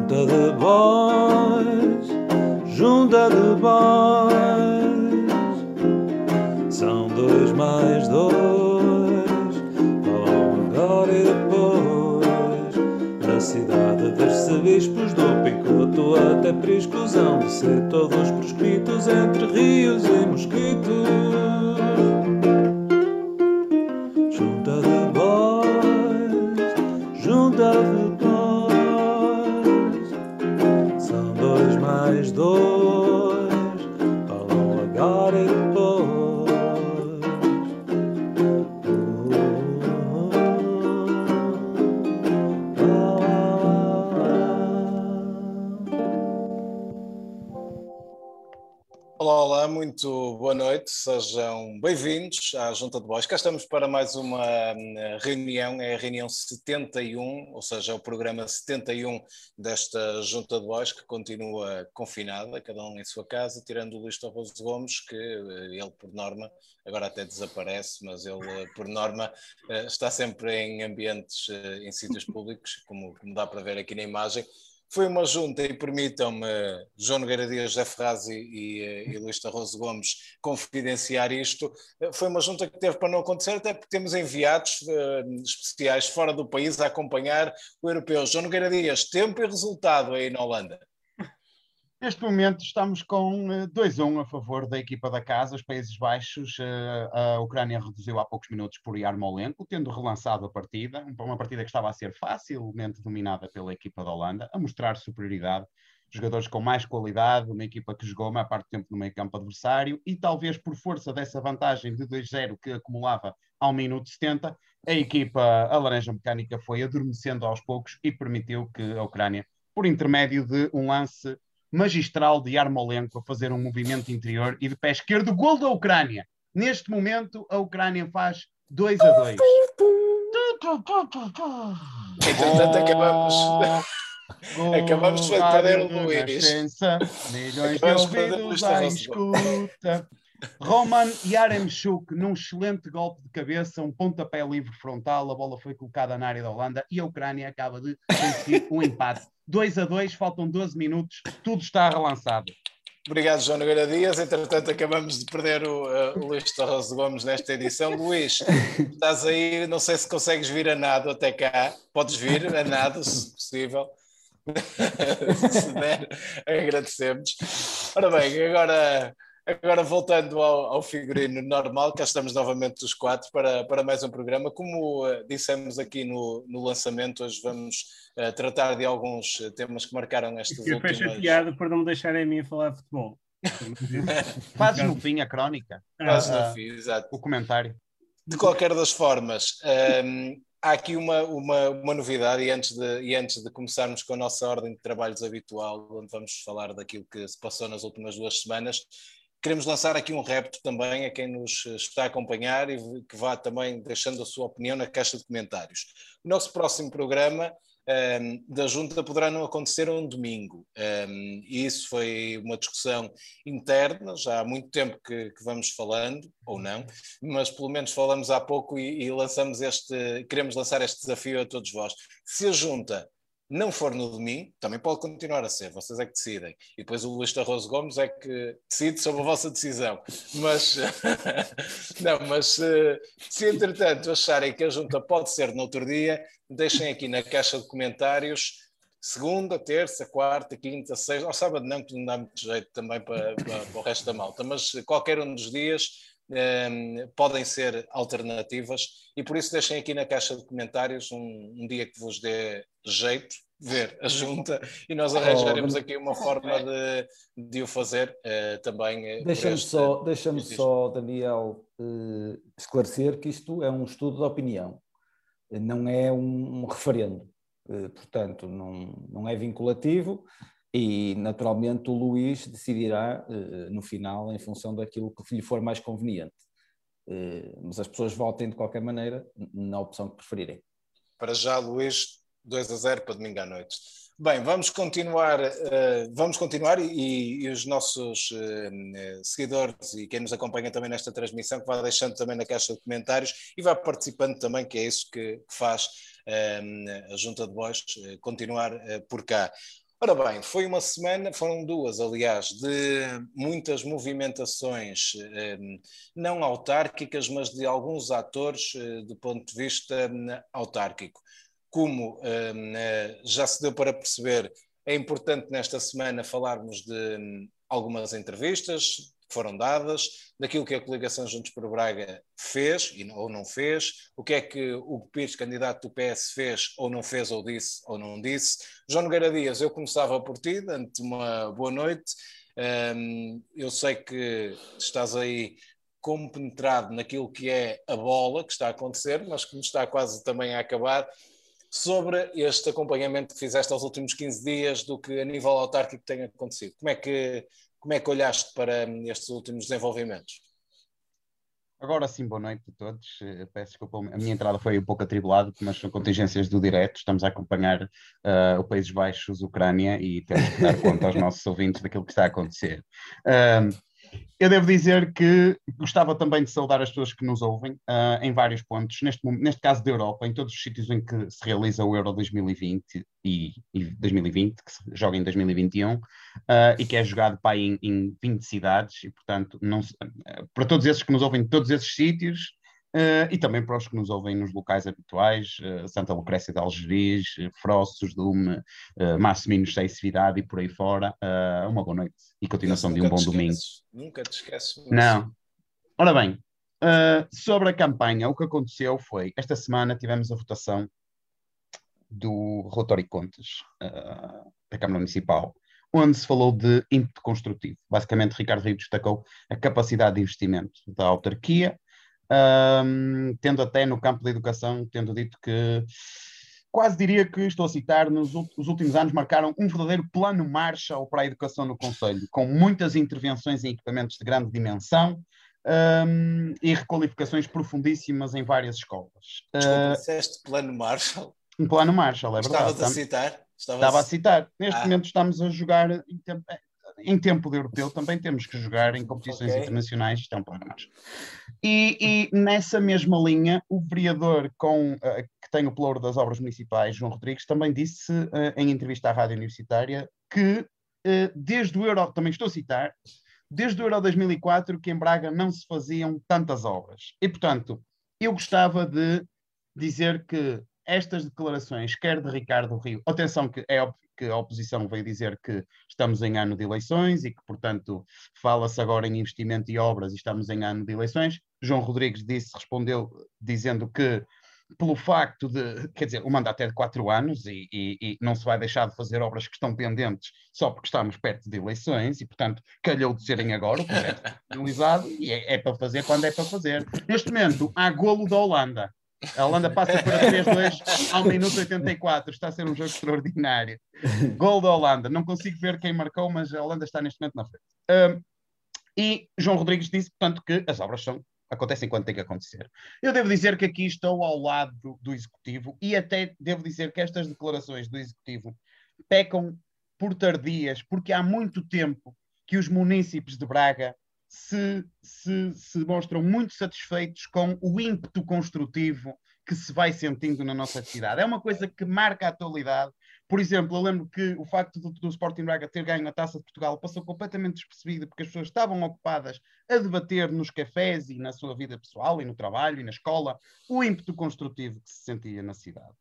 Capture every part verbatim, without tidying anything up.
Junta de boys, junta de boys, são dois mais dois, falam agora e depois. Na cidade de arcebispos, do picoto até priscos, hão de ser todos proscritos entre rios e mosquitos. Junta de boys, junta de boys, são dois mais dois, falam agora e depois. Olá, olá, muito boa noite, sejam bem-vindos à Junta de Boys. Cá estamos para mais uma reunião, é a reunião setenta e um, ou seja, é o programa setenta e um desta Junta de Boys, que continua confinada, cada um em sua casa, tirando o Luís Torres Gomes, que ele, por norma, agora até desaparece, mas ele, por norma, está sempre em ambientes, em sítios públicos, como, como dá para ver aqui na imagem. Foi uma junta, e permitam-me, João Nogueira Dias, José Ferraz e, e, e Luís Torres Gomes, confidenciar isto. Foi uma junta que teve para não acontecer, até porque temos enviados uh, especiais fora do país a acompanhar o europeu. João Nogueira Dias, tempo e resultado aí na Holanda? Neste momento estamos com dois a um a favor da equipa da casa, os Países Baixos. A Ucrânia reduziu há poucos minutos por Yarmolenko, tendo relançado a partida, uma partida que estava a ser facilmente dominada pela equipa da Holanda, a mostrar superioridade, jogadores com mais qualidade, uma equipa que jogou a maior parte do tempo no meio campo adversário e talvez por força dessa vantagem de dois a zero que acumulava ao minuto setenta, a equipa, a Laranja Mecânica, foi adormecendo aos poucos e permitiu que a Ucrânia, por intermédio de um lance magistral de Yarmolenko, a fazer um movimento interior e de pé esquerdo, gol da Ucrânia. Neste momento, a Ucrânia faz dois a dois. Entretanto, acabamos... Acabamos de perder o Luís. Milhões de ouvidos à escuta. Roman Yaremchuk, num excelente golpe de cabeça, um pontapé livre frontal, a bola foi colocada na área da Holanda e a Ucrânia acaba de conseguir um empate. dois a dois, faltam doze minutos, tudo está relançado. Obrigado, João Nogueira Dias. Entretanto, acabamos de perder o, uh, o Luís Torres Gomes nesta edição. Luís, estás aí, não sei se consegues vir a nado até cá. Podes vir a nado, se possível. Se der, agradecemos. Ora bem, agora... Agora, voltando ao, ao figurino normal, cá estamos novamente os quatro para, para mais um programa. Como uh, dissemos aqui no, no lançamento, hoje vamos uh, tratar de alguns temas que marcaram estas últimas... Eu últimas... fiquei chateado por não me deixarem a mim falar de futebol. Fazes no fim a crónica. Fazes ah, no fim, exato. O comentário. De qualquer das formas... Um, há aqui uma, uma, uma novidade e antes, de, e antes de começarmos com a nossa ordem de trabalhos habitual, onde vamos falar daquilo que se passou nas últimas duas semanas, queremos lançar aqui um repto também a quem nos está a acompanhar e que vá também deixando a sua opinião na caixa de comentários. O nosso próximo programa um, da Junta poderá não acontecer um domingo. Um, e isso foi uma discussão interna, já há muito tempo que, que vamos falando, ou não, mas pelo menos falamos há pouco e, e lançamos este, queremos lançar este desafio a todos vós. Se a Junta não for no domingo, também pode continuar a ser, vocês é que decidem. E depois o Luís Torres Gomes é que decide sobre a vossa decisão. Mas, não, mas se entretanto acharem que a Junta pode ser no outro dia, deixem aqui na caixa de comentários segunda, terça, quarta, quinta, sexta, ao sábado não, que não dá muito jeito também para, para, para o resto da malta, mas qualquer um dos dias um, podem ser alternativas e por isso deixem aqui na caixa de comentários um, um dia que vos dê jeito ver a Junta e nós arranjaremos oh, aqui uma forma de, de o fazer uh, também. Uh, deixa-me só, deixa-me só, Daniel, uh, esclarecer que isto é um estudo de opinião, não é um, um referendo, uh, portanto não, não é vinculativo e naturalmente o Luís decidirá uh, no final em função daquilo que lhe for mais conveniente, uh, mas as pessoas votem de qualquer maneira na opção que preferirem. Para já, Luís, dois a zero para domingo à noite. Bem, vamos continuar, uh, vamos continuar e, e os nossos uh, seguidores e quem nos acompanha também nesta transmissão, que vai deixando também na caixa de comentários e vai participando também, que é isso que, que faz uh, a Junta de Boys uh, continuar uh, por cá. Ora bem, foi uma semana, foram duas, aliás, de muitas movimentações eh, não autárquicas, mas de alguns atores eh, do ponto de vista eh, autárquico. Como eh, já se deu para perceber, é importante nesta semana falarmos de eh, algumas entrevistas que foram dadas, daquilo que a coligação Juntos por Braga fez e, ou não fez, o que é que o Pires, candidato do P S, fez ou não fez, ou disse ou não disse. João Nogueira Dias, eu começava por ti, dando-te uma boa noite. Um, eu sei que estás aí compenetrado naquilo que é a bola que está a acontecer, mas que nos está quase também a acabar, sobre este acompanhamento que fizeste aos últimos quinze dias do que a nível autárquico tem acontecido. Como é que, como é que olhaste para estes últimos desenvolvimentos? Agora sim, boa noite a todos. Peço desculpa, a minha entrada foi um pouco atribulada, mas são contingências do direto. Estamos a acompanhar uh, o Países Baixos, Ucrânia, e temos que dar conta aos nossos ouvintes daquilo que está a acontecer. Uh, eu devo dizer que gostava também de saudar as pessoas que nos ouvem uh, em vários pontos, neste, neste caso da Europa, em todos os sítios em que se realiza o Euro dois mil e vinte e, e dois mil e vinte, que se joga em dois mil e vinte e um, uh, e que é jogado para aí em, em vinte cidades, e portanto, não, uh, para todos esses que nos ouvem de todos esses sítios, Uh, e também para os que nos ouvem nos locais habituais, uh, Santa Lucrécia de Algeriz, uh, Frossos, Dume, uh, Massimino, Seicidade e por aí fora. Uh, uma boa noite e continuação de um bom domingo. Nunca te esqueço. Não. Ora bem, uh, sobre a campanha, o que aconteceu foi, esta semana tivemos a votação do relatório de contas uh, da Câmara Municipal, onde se falou de ímpeto construtivo. Basicamente, Ricardo Rio destacou a capacidade de investimento da autarquia, Um, tendo até no campo da educação, tendo dito que, quase diria que, estou a citar, nos os últimos anos marcaram um verdadeiro plano Marshall para a educação no Conselho, com muitas intervenções em equipamentos de grande dimensão um, e requalificações profundíssimas em várias escolas. Desculpa, uh, disseste plano Marshall? Um plano Marshall, é verdade. Estavas a citar? Estavas... Estava a citar. Neste ah. momento estamos a jogar... Em tempo... Em tempo de europeu também temos que jogar em competições okay. internacionais, isto é um plano Marshall. E, e nessa mesma linha, o vereador com, uh, que tem o pelouro das obras municipais, João Rodrigues, também disse uh, em entrevista à Rádio Universitária que uh, desde o Euro, também estou a citar, desde o Euro dois mil e quatro que em Braga não se faziam tantas obras. E, portanto, eu gostava de dizer que estas declarações, quer de Ricardo Rio, atenção que é óbvio que a oposição veio dizer que estamos em ano de eleições e que, portanto, fala-se agora em investimento e obras e estamos em ano de eleições. João Rodrigues disse, respondeu dizendo que, pelo facto de, quer dizer, o mandato é de quatro anos e, e, e não se vai deixar de fazer obras que estão pendentes só porque estamos perto de eleições e, portanto, calhou de serem agora, o projeto finalizado e é, é para fazer quando é para fazer. Neste momento, há golo da Holanda. A Holanda passa para três a dois ao minuto oitenta e quatro. Está a ser um jogo extraordinário. Gol da Holanda. Não consigo ver quem marcou, mas a Holanda está neste momento na frente. Um, e João Rodrigues disse, portanto, que as obras são, acontecem quando tem que acontecer. Eu devo dizer que aqui estou ao lado do, do Executivo e até devo dizer que estas declarações do Executivo pecam por tardias, porque há muito tempo que os munícipes de Braga Se, se, se mostram muito satisfeitos com o ímpeto construtivo que se vai sentindo na nossa cidade. É uma coisa que marca a atualidade. Por exemplo, eu lembro que o facto do, do Sporting Braga ter ganho a Taça de Portugal passou completamente despercebido porque as pessoas estavam ocupadas a debater nos cafés e na sua vida pessoal e no trabalho e na escola o ímpeto construtivo que se sentia na cidade.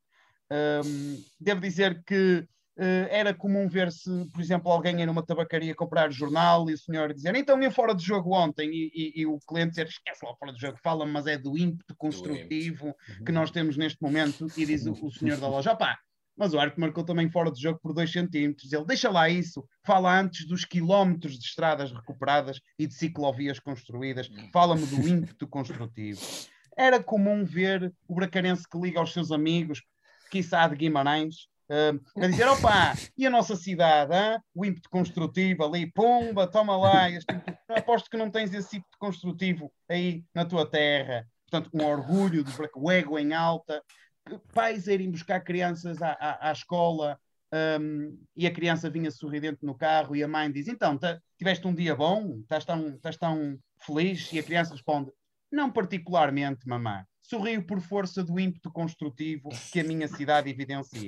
Um, devo dizer que Uh, era comum ver-se, por exemplo, alguém ir numa tabacaria comprar jornal e o senhor dizer, então eu fora de jogo ontem, e, e, e o cliente dizer, esquece lá fora de jogo, fala, mas é do ímpeto construtivo do ímpeto. que nós temos neste momento, e diz o, o senhor da loja, pá, mas o árbitro marcou também fora de jogo por dois centímetros, ele deixa lá isso, fala antes dos quilómetros de estradas recuperadas e de ciclovias construídas, fala-me do ímpeto construtivo. Era comum ver o bracarense que liga aos seus amigos, quiçá de Guimarães, Uh, a dizer, opa, e a nossa cidade, hein? O ímpeto construtivo ali, pumba, toma lá, este ímpeto... aposto que não tens esse ímpeto construtivo aí na tua terra, portanto, um orgulho, de... o ego em alta, pais a irem buscar crianças à, à, à escola um, e a criança vinha sorridente no carro e a mãe diz, então, tá, tiveste um dia bom? Estás tão, estás tão feliz? E a criança responde, não particularmente, mamã, sorrio por força do ímpeto construtivo que a minha cidade evidencia.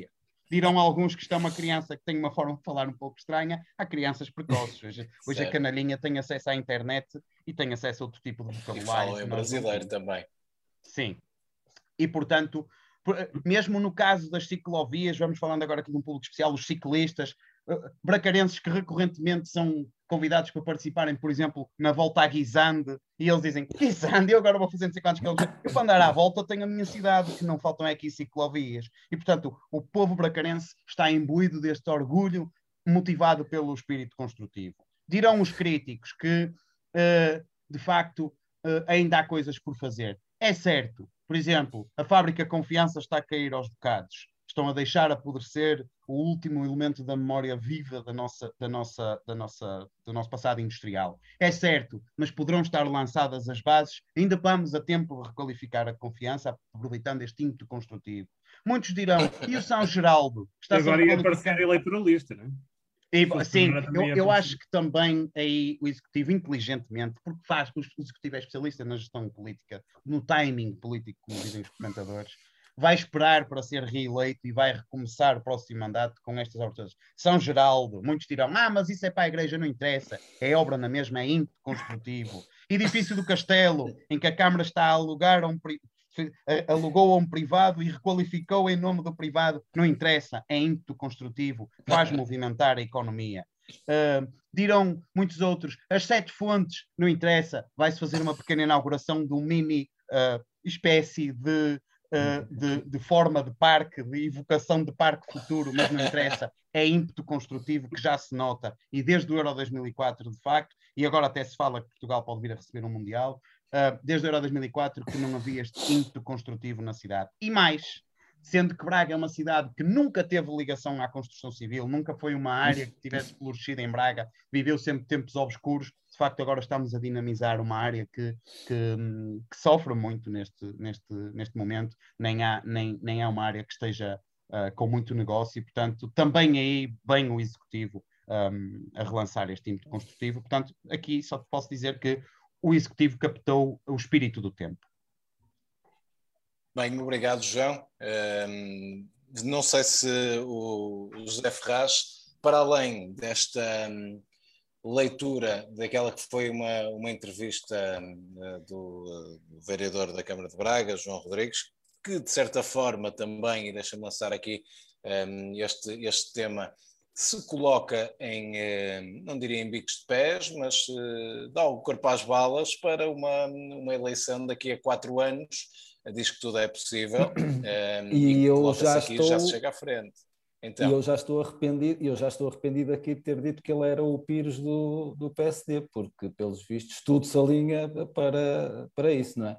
Dirão alguns que está uma criança que tem uma forma de falar um pouco estranha. Há crianças precoces. Hoje, hoje a canalinha tem acesso à internet e tem acesso a outro tipo de vocabulário. E falam em brasileiro também. Sim. E, portanto, mesmo no caso das ciclovias, vamos falando agora aqui de um público especial, os ciclistas, bracarenses que recorrentemente são convidados para participarem, por exemplo, na volta à Guisande, e eles dizem, Guisande, eu agora vou fazer não sei quantos quilómetros. Eu para andar à volta tenho a minha cidade, que não faltam aqui ciclovias. E, portanto, o povo bracarense está imbuído deste orgulho, motivado pelo espírito construtivo. Dirão os críticos que, uh, de facto, uh, ainda há coisas por fazer. É certo, por exemplo, a fábrica Confiança está a cair aos bocados. Estão a deixar apodrecer o último elemento da memória viva da nossa, da nossa, da nossa, do nosso passado industrial. É certo, mas poderão estar lançadas as bases. Ainda vamos a tempo de requalificar a Confiança, aproveitando este ímpeto construtivo. Muitos dirão, e o São Geraldo? Está agora ia parecer eleitoralista, não é? E, sim, eu, eu acho que também aí o Executivo, inteligentemente, porque faz, o Executivo é especialista na gestão política, no timing político, como dizem os comentadores, vai esperar para ser reeleito e vai recomeçar o próximo mandato com estas obras. São Geraldo, muitos dirão, ah, mas isso é para a Igreja, não interessa, é obra na mesma, é ímpeto construtivo. Edifício do Castelo, em que a Câmara está a alugar a um alugou a um privado e requalificou em nome do privado, não interessa, é ímpeto construtivo, faz movimentar a economia. Uh, dirão muitos outros, as sete fontes, não interessa, vai-se fazer uma pequena inauguração de um mini uh, espécie de, uh, de, de forma de parque, de evocação de parque futuro, mas não interessa, é ímpeto construtivo que já se nota, e desde o Euro dois mil e quatro, de facto, e agora até se fala que Portugal pode vir a receber um Mundial, Uh, desde o Euro dois mil e quatro que não havia este ímpeto construtivo na cidade. E mais, sendo que Braga é uma cidade que nunca teve ligação à construção civil, nunca foi uma área que tivesse florescido em Braga, viveu sempre tempos obscuros, de facto agora estamos a dinamizar uma área que, que, que sofre muito neste, neste, neste momento, nem, há, nem, nem é uma área que esteja uh, com muito negócio e, portanto, também aí vem o Executivo um, a relançar este ímpeto construtivo. Portanto, aqui só posso dizer que o Executivo captou o espírito do tempo. Bem, obrigado, João. Um, não sei se o José Ferraz, para além desta um, leitura daquela que foi uma, uma entrevista um, do, do vereador da Câmara de Braga, João Rodrigues, que de certa forma também, e deixa-me lançar aqui um, este, este tema, se coloca em, não diria em bicos de pés, mas dá o corpo às balas para uma, uma eleição daqui a quatro anos, diz que tudo é possível, e, e eu já aqui estou... já se chega à frente. Então. E eu já estou arrependido, eu já estou arrependido aqui de ter dito que ele era o Pires do, do P S D, porque, pelos vistos, tudo se alinha para, para isso, não é?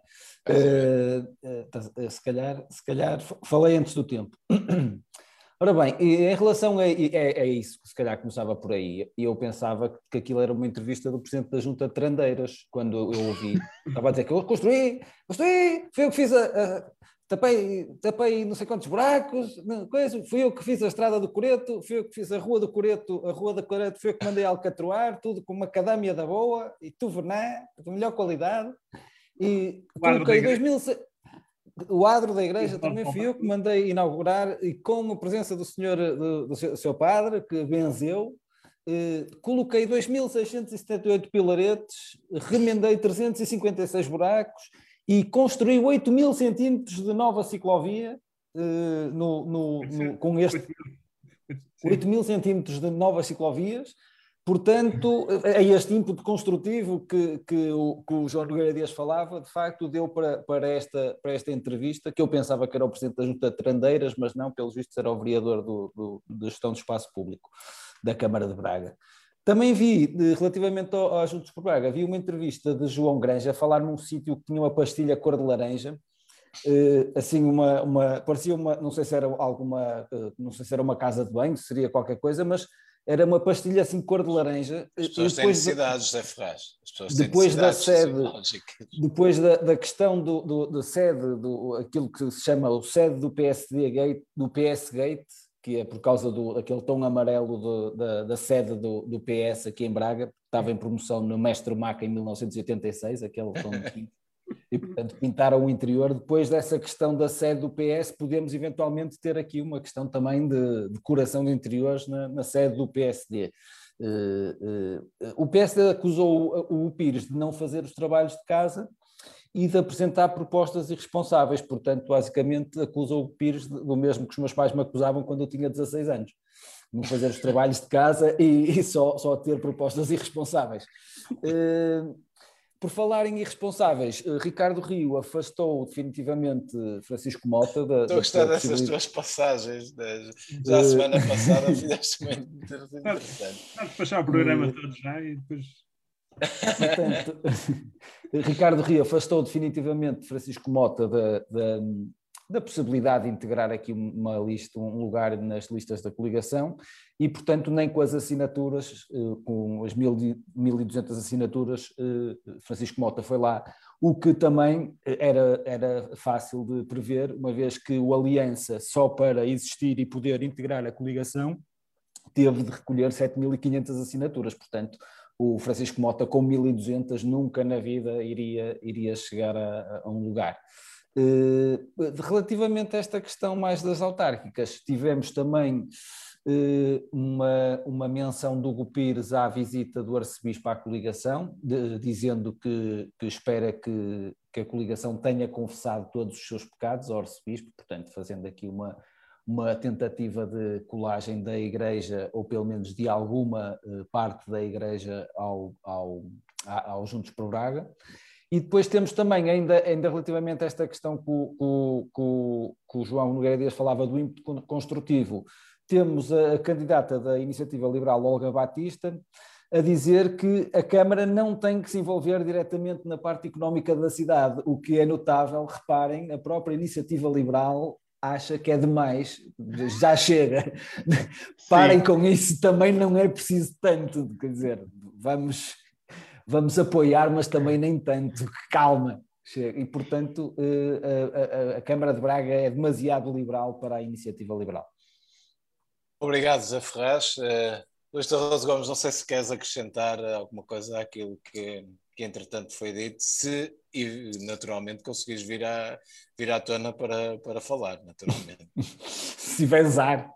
Uh, uh, se calhar, se calhar falei antes do tempo. Ora bem, em relação a, é, é isso, se calhar começava por aí, e eu pensava que aquilo era uma entrevista do Presidente da Junta de Trandeiras, quando eu ouvi, estava a dizer que eu construí, construí, fui eu que fiz a, a tapei, tapei não sei quantos buracos, coisa, fui eu que fiz a estrada do Coreto, fui eu que fiz a rua do Coreto, a rua do Coreto, fui eu que mandei a alcatroar, tudo com uma macadâmia da boa, e tuverná, de melhor qualidade, e coloquei dois mil... O adro da igreja também fui eu que mandei inaugurar, e com a presença do senhor, do, do seu, seu padre, que benzeu, eh, coloquei dois mil seiscentos e setenta e oito pilaretes, remendei trezentos e cinquenta e seis buracos e construí oito mil centímetros de nova ciclovia eh, no, no, no, com este... oito mil centímetros de novas ciclovias. Portanto, é este ímpeto construtivo que, que, o, que o João Nogueira Dias falava, de facto, deu para, para, esta, para esta entrevista, que eu pensava que era o Presidente da Junta de Trandeiras, mas não, pelos vistos era o vereador do, do, de Gestão do Espaço Público da Câmara de Braga. Também vi, de, relativamente ao, ao Juntos por Braga, vi uma entrevista de João Granja a falar num sítio que tinha uma pastilha cor de laranja, eh, assim, uma, uma, parecia uma, não sei se era alguma, não sei se era uma casa de banho, seria qualquer coisa, mas era uma pastilha assim cor de laranja. As pessoas têm necessidades, José Ferraz. As pessoas têm depois da sede, fisiológicas. depois da, da questão do, do, da sede, do, aquilo que se chama o sede do P S D Gate, do P S Gate, que é por causa do aquele tom amarelo do, da, da sede do, do P S aqui em Braga, que estava em promoção no Mestre Maca em mil novecentos e oitenta e seis, aquele tom e, portanto, pintaram o interior. Depois dessa questão da sede do P S, podemos eventualmente ter aqui uma questão também de decoração de interiores na, na sede do P S D. Uh, uh, o P S D acusou o, o Pires de não fazer os trabalhos de casa e de apresentar propostas irresponsáveis. Portanto, basicamente, acusou o Pires do mesmo que os meus pais me acusavam quando eu tinha dezasseis anos. Não fazer os trabalhos de casa e, e só, só ter propostas irresponsáveis. Uh, por falar em irresponsáveis, uh, Ricardo Rio afastou definitivamente Francisco Mota da... Estou a gostar dessas possibilidade... tuas passagens. De... Já a semana passada fizeste muito interessante. Vamos passar o programa uh, todo já e depois... Portanto, Ricardo Rio afastou definitivamente Francisco Mota da, da, da possibilidade de integrar aqui uma lista, um lugar nas listas da coligação e, portanto, nem com as assinaturas, com as mil e duzentas assinaturas, Francisco Mota foi lá, o que também era, era fácil de prever, uma vez que o Aliança, só para existir e poder integrar a coligação, teve de recolher sete mil e quinhentas assinaturas, portanto, o Francisco Mota com mil e duzentas nunca na vida iria, iria chegar a, a um lugar. Uh, relativamente a esta questão mais das autárquicas, tivemos também uh, uma, uma menção do Hugo Pires à visita do arcebispo à coligação, de, dizendo que, que espera que, que a coligação tenha confessado todos os seus pecados ao arcebispo, portanto fazendo aqui uma... uma tentativa de colagem da Igreja, ou pelo menos de alguma uh, parte da Igreja ao, ao, ao Juntos por Braga. E depois temos também, ainda, ainda relativamente a esta questão que o, que o, que o João Nogueira Dias falava do ímpeto construtivo, temos a, a candidata da Iniciativa Liberal, Olga Batista, a dizer que a Câmara não tem que se envolver diretamente na parte económica da cidade, o que é notável. Reparem, a própria Iniciativa Liberal acha que é demais, já chega. Parem com isso, também não é preciso tanto, quer dizer, vamos, vamos apoiar, mas também nem tanto, calma. Chega. E, portanto, a, a, a Câmara de Braga é demasiado liberal para a Iniciativa Liberal. Obrigado, José Ferraz. Uh, Luís Torres Gomes, não sei se queres acrescentar alguma coisa àquilo que, que entretanto foi dito, se e naturalmente conseguires vir à, vir à tona para, para falar, naturalmente. Se tiveres ar.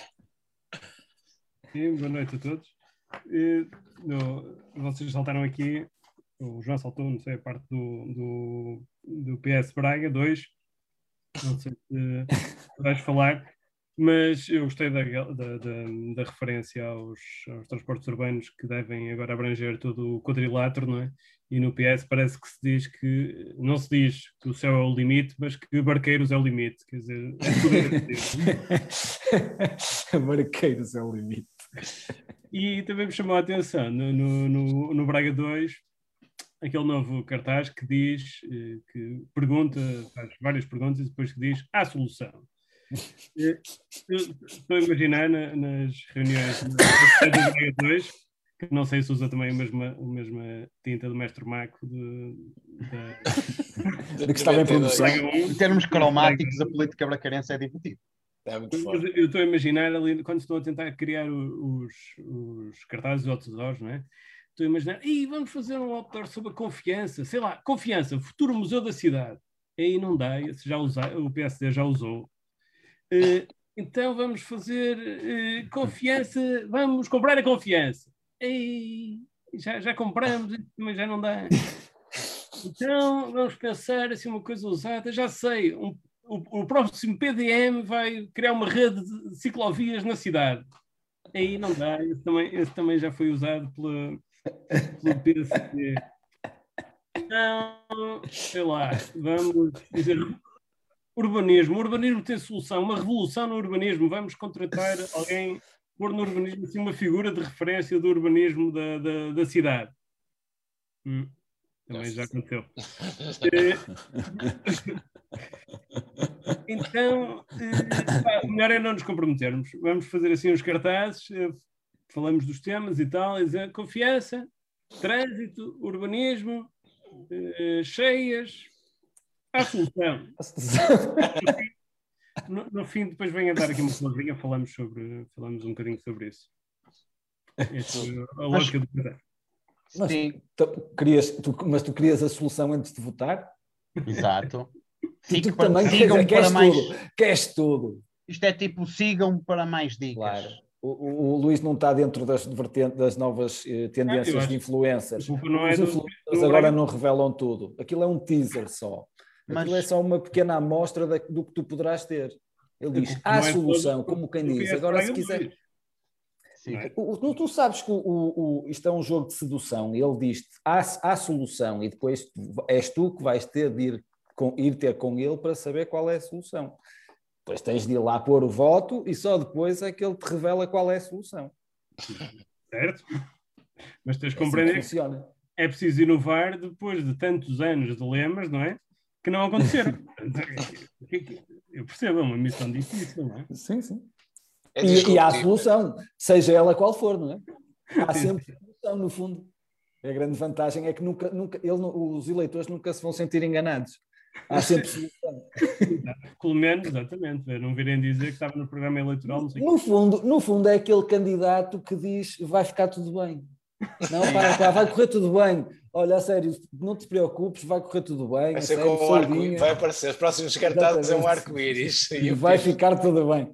Sim, boa noite a todos. E, no, vocês saltaram aqui, o João saltou, não sei, a parte do, do, do P S Braga dois, não sei se vais falar, mas eu gostei da, da, da, da referência aos, aos transportes urbanos que devem agora abranger todo o quadrilátero, não é? E no P S parece que se diz que, não se diz que o céu é o limite, mas que Barqueiros é o limite, quer dizer, é tudo Barqueiros é o limite. E também me chamou a atenção no, no, no, no Braga dois, aquele novo cartaz que diz, que pergunta, faz várias perguntas e depois que diz, há solução. Eu estou a imaginar na, nas reuniões do Braga dois, que não sei se usa também a mesma, a mesma tinta do Mestre Maco de, de, de que estava em produção. Em termos cromáticos, a política bracarense é divertida. É muito forte. Eu estou a imaginar ali, quando estou a tentar criar os, os cartazes e outdoors, não é? Estou a imaginar, e vamos fazer um outdoor sobre a confiança, sei lá, confiança, futuro museu da cidade. Aí não dá, esse já usa, o P S D já usou. Uh, então vamos fazer uh, confiança, vamos comprar a confiança. Ei, já, já compramos, mas já não dá. Então vamos pensar assim uma coisa usada, já sei, um, o, o próximo P D M vai criar uma rede de ciclovias na cidade. Aí não dá, esse também, esse também já foi usado pela, pelo P S D. Então, sei lá, vamos dizer urbanismo. O urbanismo tem solução, uma revolução no urbanismo. Vamos contratar alguém, pôr no urbanismo assim, uma figura de referência do urbanismo da, da, da cidade. Hum, também já aconteceu. Então, eh, melhor é não nos comprometermos. Vamos fazer assim os cartazes, eh, falamos dos temas e tal, e dizer confiança, trânsito, urbanismo, eh, cheias, a solução. No, no fim, depois venho a dar aqui uma palavrinha, falamos, sobre, falamos um bocadinho sobre isso. Este, a lógica do cartaz. Mas tu, querias, tu, mas tu querias a solução antes de votar? Exato. E tu também sigam queres, para queres mais... tudo. Queres tudo. Isto é tipo, sigam para mais dicas. Claro. O, o, o Luís não está dentro das, das novas eh, tendências ah, de influencers. Não é Os influencers do, agora é... não revelam tudo. Aquilo é um teaser só. Mas... Aquilo é só uma pequena amostra da, do que tu poderás ter. Ele diz, há é solução, todo, como quem diz. Agora, se quiser... É? O, tu, tu sabes que o, o, isto é um jogo de sedução. Ele diz-te, há, há solução, e depois és tu que vais ter de ir, com, ir ter com ele para saber qual é a solução. Depois tens de ir lá pôr o voto e só depois é que ele te revela qual é a solução. Certo? Mas tens de compreender é, assim que que é preciso inovar depois de tantos anos de lemas, não é? Que não aconteceram. Eu percebo, é uma missão difícil, não é? Sim, sim. É e, e há a solução, seja ela qual for, não é? Há sempre solução, no fundo. A grande vantagem é que nunca, nunca, ele, os eleitores nunca se vão sentir enganados. Há sempre solução. Pelo menos, exatamente. Não virem dizer que estava no programa eleitoral. Não sei no, fundo, no fundo, é aquele candidato que diz vai ficar tudo bem. Não, pá, pá, vai correr tudo bem. Olha, a sério, não te preocupes, vai correr tudo bem. Vai, ser sério, com um arco, vai aparecer. Os próximos cartazes é um arco-íris. E vai ficar tudo bem.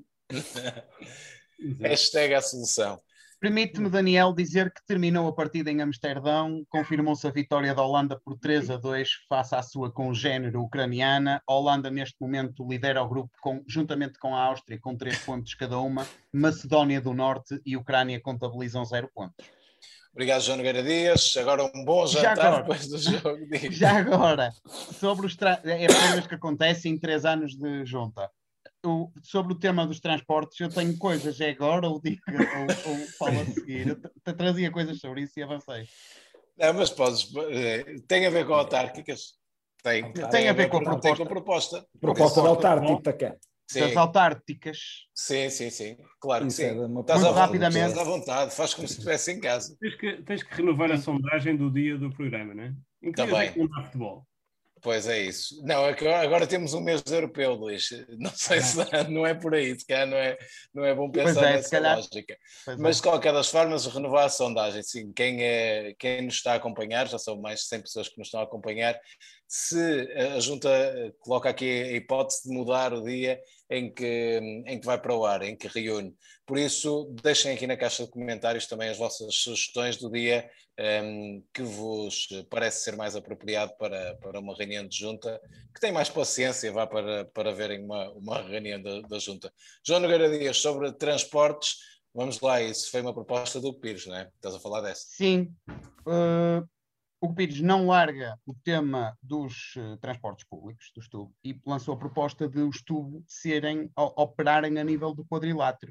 Hashtag a solução. Permite-me, Daniel, dizer que terminou a partida em Amsterdão, confirmou-se a vitória da Holanda por três a dois face à sua congénere ucraniana. A Holanda, neste momento, lidera o grupo com, juntamente com a Áustria, com três pontos cada uma. Macedónia do Norte e Ucrânia contabilizam zero pontos. Obrigado, João Nogueira Dias. Agora um bom jantar agora, depois do jogo. Já agora, sobre os tra... é a primeira vez que acontece em três anos de junta. O, sobre o tema dos transportes, eu tenho coisas, é agora ou digo ou, ou falo a seguir. Eu trazia coisas sobre isso e avancei. Não, mas podes, tem a ver com autárquicas? Tem, tem, tem a ver com a proposta. Com a proposta. Proposta da autárquica. Das autárticas. Sim, sim, sim. Claro que isso sim. É uma... Estás Muito rapidamente. Estás à vontade, faz como se estivesse em casa. Tens que, tens que renovar a sondagem do dia do programa, não é? Em que Também. Dia é futebol? Pois é isso. Não, agora temos um mês europeu, Luís. Não sei se não é por aí, se calhar não é, não é bom pensar é, nessa calhar... lógica. Pois Mas, é. de qualquer das formas, renovar a sondagem. Sim, quem, é, quem nos está a acompanhar, já são mais de cem pessoas que nos estão a acompanhar, se a Junta coloca aqui a hipótese de mudar o dia em que, em que vai para o ar, em que reúne. Por isso, deixem aqui na caixa de comentários também as vossas sugestões do dia um, que vos parece ser mais apropriado para, para uma reunião de junta, que tem mais paciência, vá para, para verem uma, uma reunião da, da junta. João Nogueira Dias, sobre transportes, vamos lá, isso foi uma proposta do Pires, não é? Estás a falar dessa? Sim. Uh, o Pires não larga o tema dos uh, transportes públicos, do S T U B, e lançou a proposta de os S T U B serem, o, operarem a nível do quadrilátero.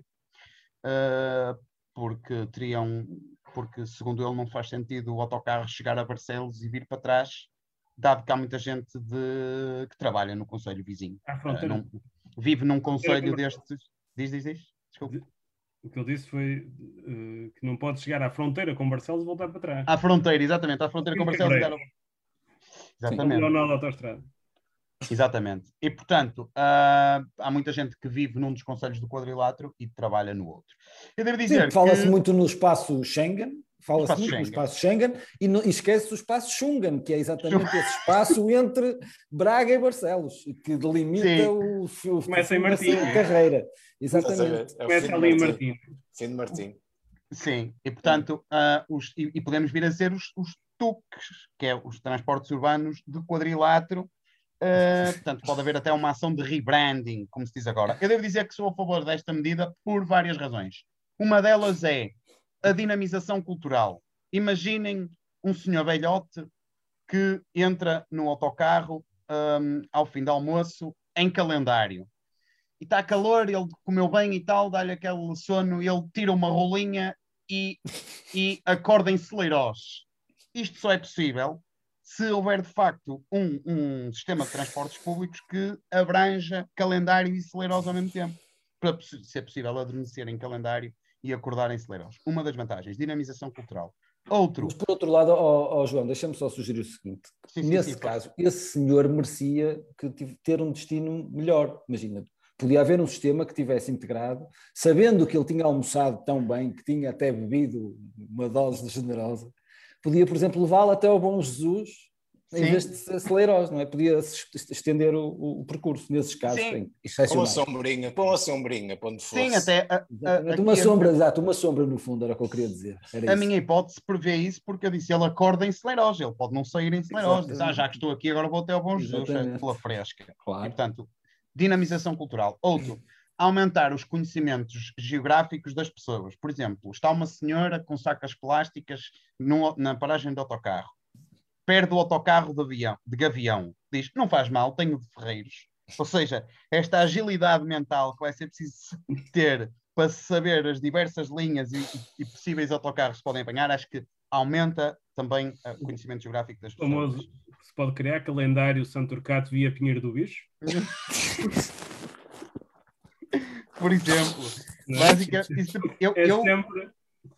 Uh, porque teriam, porque segundo ele não faz sentido o autocarro chegar a Barcelos e vir para trás, dado que há muita gente de, que trabalha no concelho vizinho. Uh, não, vive num concelho destes... Diz, diz, diz. Desculpa. O que ele disse foi uh, que não pode chegar à fronteira com Barcelos e voltar para trás. À fronteira, exatamente. À fronteira com Barcelos e dar... Exatamente. Sim, na autoestrada. Exatamente. E, portanto, uh, há muita gente que vive num dos concelhos do quadrilátero e trabalha no outro. Eu devo dizer fala-se que... muito no espaço Schengen, fala-se muito Schengen. no espaço Schengen e, no, e esquece-se o espaço Schungen, que é exatamente esse espaço entre Braga e Barcelos, que delimita o, o, Começa em Martim, a carreira. Exatamente. É Começa ali em Martim. Fim de Martim. Sim, e portanto, uh, os, e, e podemos vir a ser os, os T U Cs, que é os transportes urbanos de quadrilátero. Uh, portanto, pode haver até uma ação de rebranding, como se diz agora. Eu devo dizer que sou a favor desta medida por várias razões. Uma delas é a dinamização cultural. Imaginem um senhor velhote que entra no autocarro um, ao fim do almoço em calendário. E está calor, ele comeu bem e tal, dá-lhe aquele sono, ele tira uma rolinha e, e acorda em Celeiros. Isto só é possível se houver de facto um, um sistema de transportes públicos que abranja calendário e Celeiros ao mesmo tempo, para ser possível adormecer em calendário e acordar em Celeiros. Uma das vantagens, dinamização cultural. Outro... Mas por outro lado, oh, oh, João, deixa-me só sugerir o seguinte, sim, sim, nesse sim, caso, sim. esse senhor merecia que ter um destino melhor, imagina. Podia haver um sistema que tivesse integrado, sabendo que ele tinha almoçado tão bem, que tinha até bebido uma dose generosa, podia, por exemplo, levá-lo até ao Bom Jesus em vez de ser acelerosos, não é? Podia estender o, o percurso nesses casos. Sim. Com uma sombrinha, com uma sombrinha, para onde fosse. Sim, até... A, a, uma sombra, a... exato, uma sombra no fundo, era o que eu queria dizer. Era a isso. minha hipótese prevê isso porque eu disse, ele acorda em Celeiros, ele pode não sair em Celeiros. Diz, ah, já que estou aqui, agora vou até ao Bom Jesus, pela fresca. Claro. E, portanto, dinamização cultural. Outro, aumentar os conhecimentos geográficos das pessoas. Por exemplo, está uma senhora com sacas plásticas no, na paragem de autocarro. Perde o autocarro de, avião, de gavião. Diz, não faz mal, tenho de Ferreiros. Ou seja, esta agilidade mental que vai ser preciso ter para saber as diversas linhas e, e possíveis autocarros que podem apanhar, acho que aumenta também o conhecimento geográfico das pessoas. Famoso, se pode criar calendário Santurcato via Pinheiro do Bicho? Por exemplo, básica, isso, eu, é eu, sempre,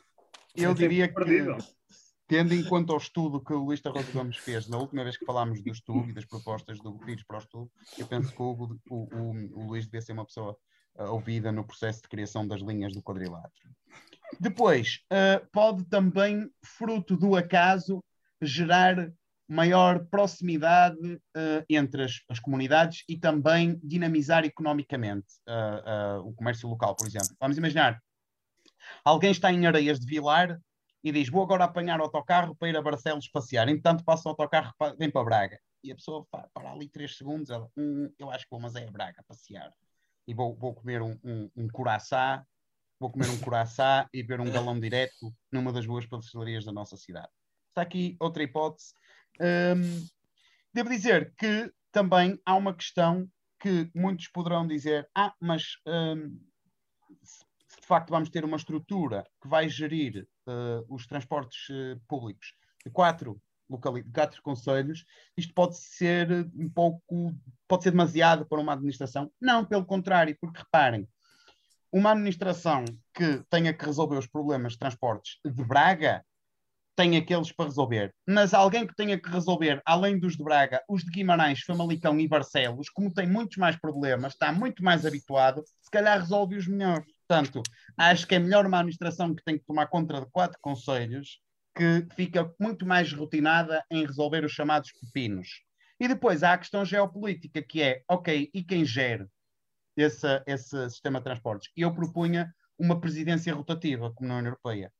eu é diria que, perdido. tendo em conta o estudo que o Luís Tarroso Gomes fez, na última vez que falámos do estudo e das propostas do Pires para o estudo, eu penso que o, o, o, o Luís devia ser uma pessoa uh, ouvida no processo de criação das linhas do quadrilátero. Depois, uh, pode também, fruto do acaso, gerar maior proximidade uh, entre as, as comunidades e também dinamizar economicamente uh, uh, o comércio local, por exemplo. Vamos imaginar, alguém está em Areias de Vilar e diz, vou agora apanhar o autocarro para ir a Barcelos passear. Entretanto, passa o autocarro, vem para Braga. E a pessoa para ali três segundos, ela, hum, eu acho que vou, mas é a Braga passear. E vou, vou comer um, um, um curaçá, vou comer um curaçá e beber um galão direto numa das boas pastelarias da nossa cidade. Está aqui outra hipótese. Hum, devo dizer que também há uma questão que muitos poderão dizer, ah, mas hum, se de facto vamos ter uma estrutura que vai gerir uh, os transportes uh, públicos de quatro, locali- de quatro concelhos, isto pode ser um pouco, pode ser demasiado para uma administração? Não, pelo contrário, porque reparem, uma administração que tenha que resolver os problemas de transportes de Braga tem aqueles para resolver. Mas alguém que tenha que resolver, além dos de Braga, os de Guimarães, Famalicão e Barcelos, como tem muitos mais problemas, está muito mais habituado, se calhar resolve-os melhor. Portanto, acho que é melhor uma administração que tem que tomar conta de quatro concelhos, que fica muito mais rotinada em resolver os chamados pepinos. E depois há a questão geopolítica, que é, ok, e quem gere esse, esse sistema de transportes? Eu propunha uma presidência rotativa, como na União Europeia.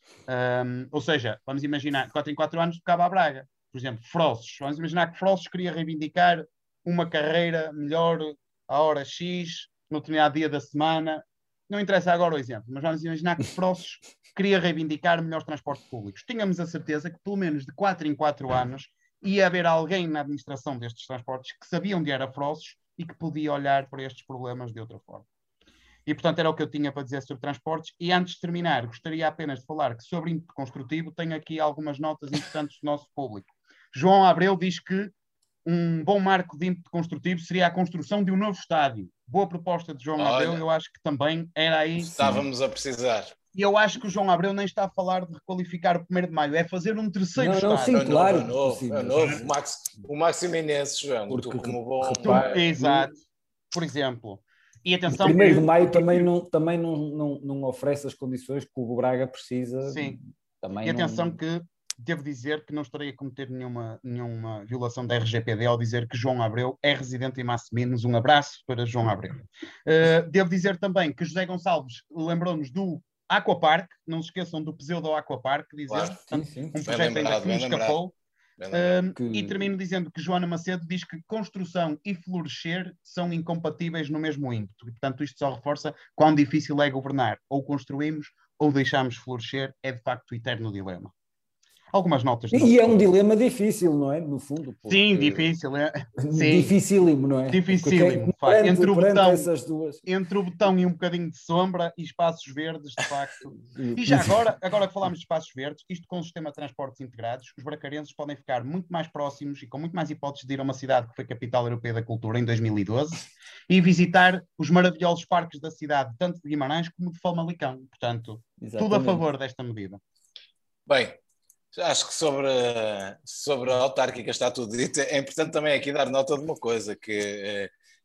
Um, ou seja, vamos imaginar, quatro em quatro anos tocava a Braga. Por exemplo, Frossos. Vamos imaginar que Frossos queria reivindicar uma carreira melhor à hora X, no determinado dia da semana. Não interessa agora o exemplo, mas vamos imaginar que Frossos queria reivindicar melhores transportes públicos. Tínhamos a certeza que, pelo menos de quatro em quatro anos, ia haver alguém na administração destes transportes que sabia onde era Frossos e que podia olhar para estes problemas de outra forma. E, portanto, era o que eu tinha para dizer sobre transportes. E, antes de terminar, gostaria apenas de falar que, sobre ímpeto construtivo, tenho aqui algumas notas importantes do nosso público. João Abreu diz que um bom marco de ímpeto construtivo seria a construção de um novo estádio. Boa proposta de João Olha, Abreu, eu acho que também era aí... Estávamos a precisar. E eu acho que o João Abreu nem está a falar de requalificar o primeiro de maio, é fazer um terceiro não, estádio. Não, sim, claro. É novo, é novo. O, Max, o Maximinense, João, Porque, tu como bom... Tu, exato. Por exemplo... E atenção, o primeiro de maio também, não, também não, não, não oferece as condições que o Braga precisa. Sim. Também e atenção não... que devo dizer que não estarei a cometer nenhuma, nenhuma violação da R G P D ao dizer que João Abreu é residente em Massiminos. Um abraço para João Abreu. Uh, devo dizer também que José Gonçalves lembrou-nos do Aquapark, não se esqueçam do pseudo Aquapark, dizer, claro. Portanto, sim, sim. um projeto ainda que nos escapou. Um, que... E termino dizendo que Joana Macedo diz que construção e florescer são incompatíveis no mesmo ímpeto. E, portanto, isto só reforça quão difícil é governar. Ou construímos ou deixamos florescer. É, de facto, o eterno dilema. Algumas notas. E é um dilema difícil, não é? No fundo. Porque... Sim, difícil. É... Sim. Dificílimo, não é? Dificílimo. Perante, entre, o botão, essas duas... entre o botão e um bocadinho de sombra e espaços verdes, de facto. E já agora, agora que falámos de espaços verdes, isto com o sistema de transportes integrados, os bracarenses podem ficar muito mais próximos e com muito mais hipóteses de ir a uma cidade que foi capital europeia da cultura em dois mil e doze e visitar os maravilhosos parques da cidade, tanto de Guimarães como de Famalicão. Portanto, Exatamente. Tudo a favor desta medida. Bem, acho que sobre, sobre a autárquica está tudo dito. É importante também aqui dar nota de uma coisa, que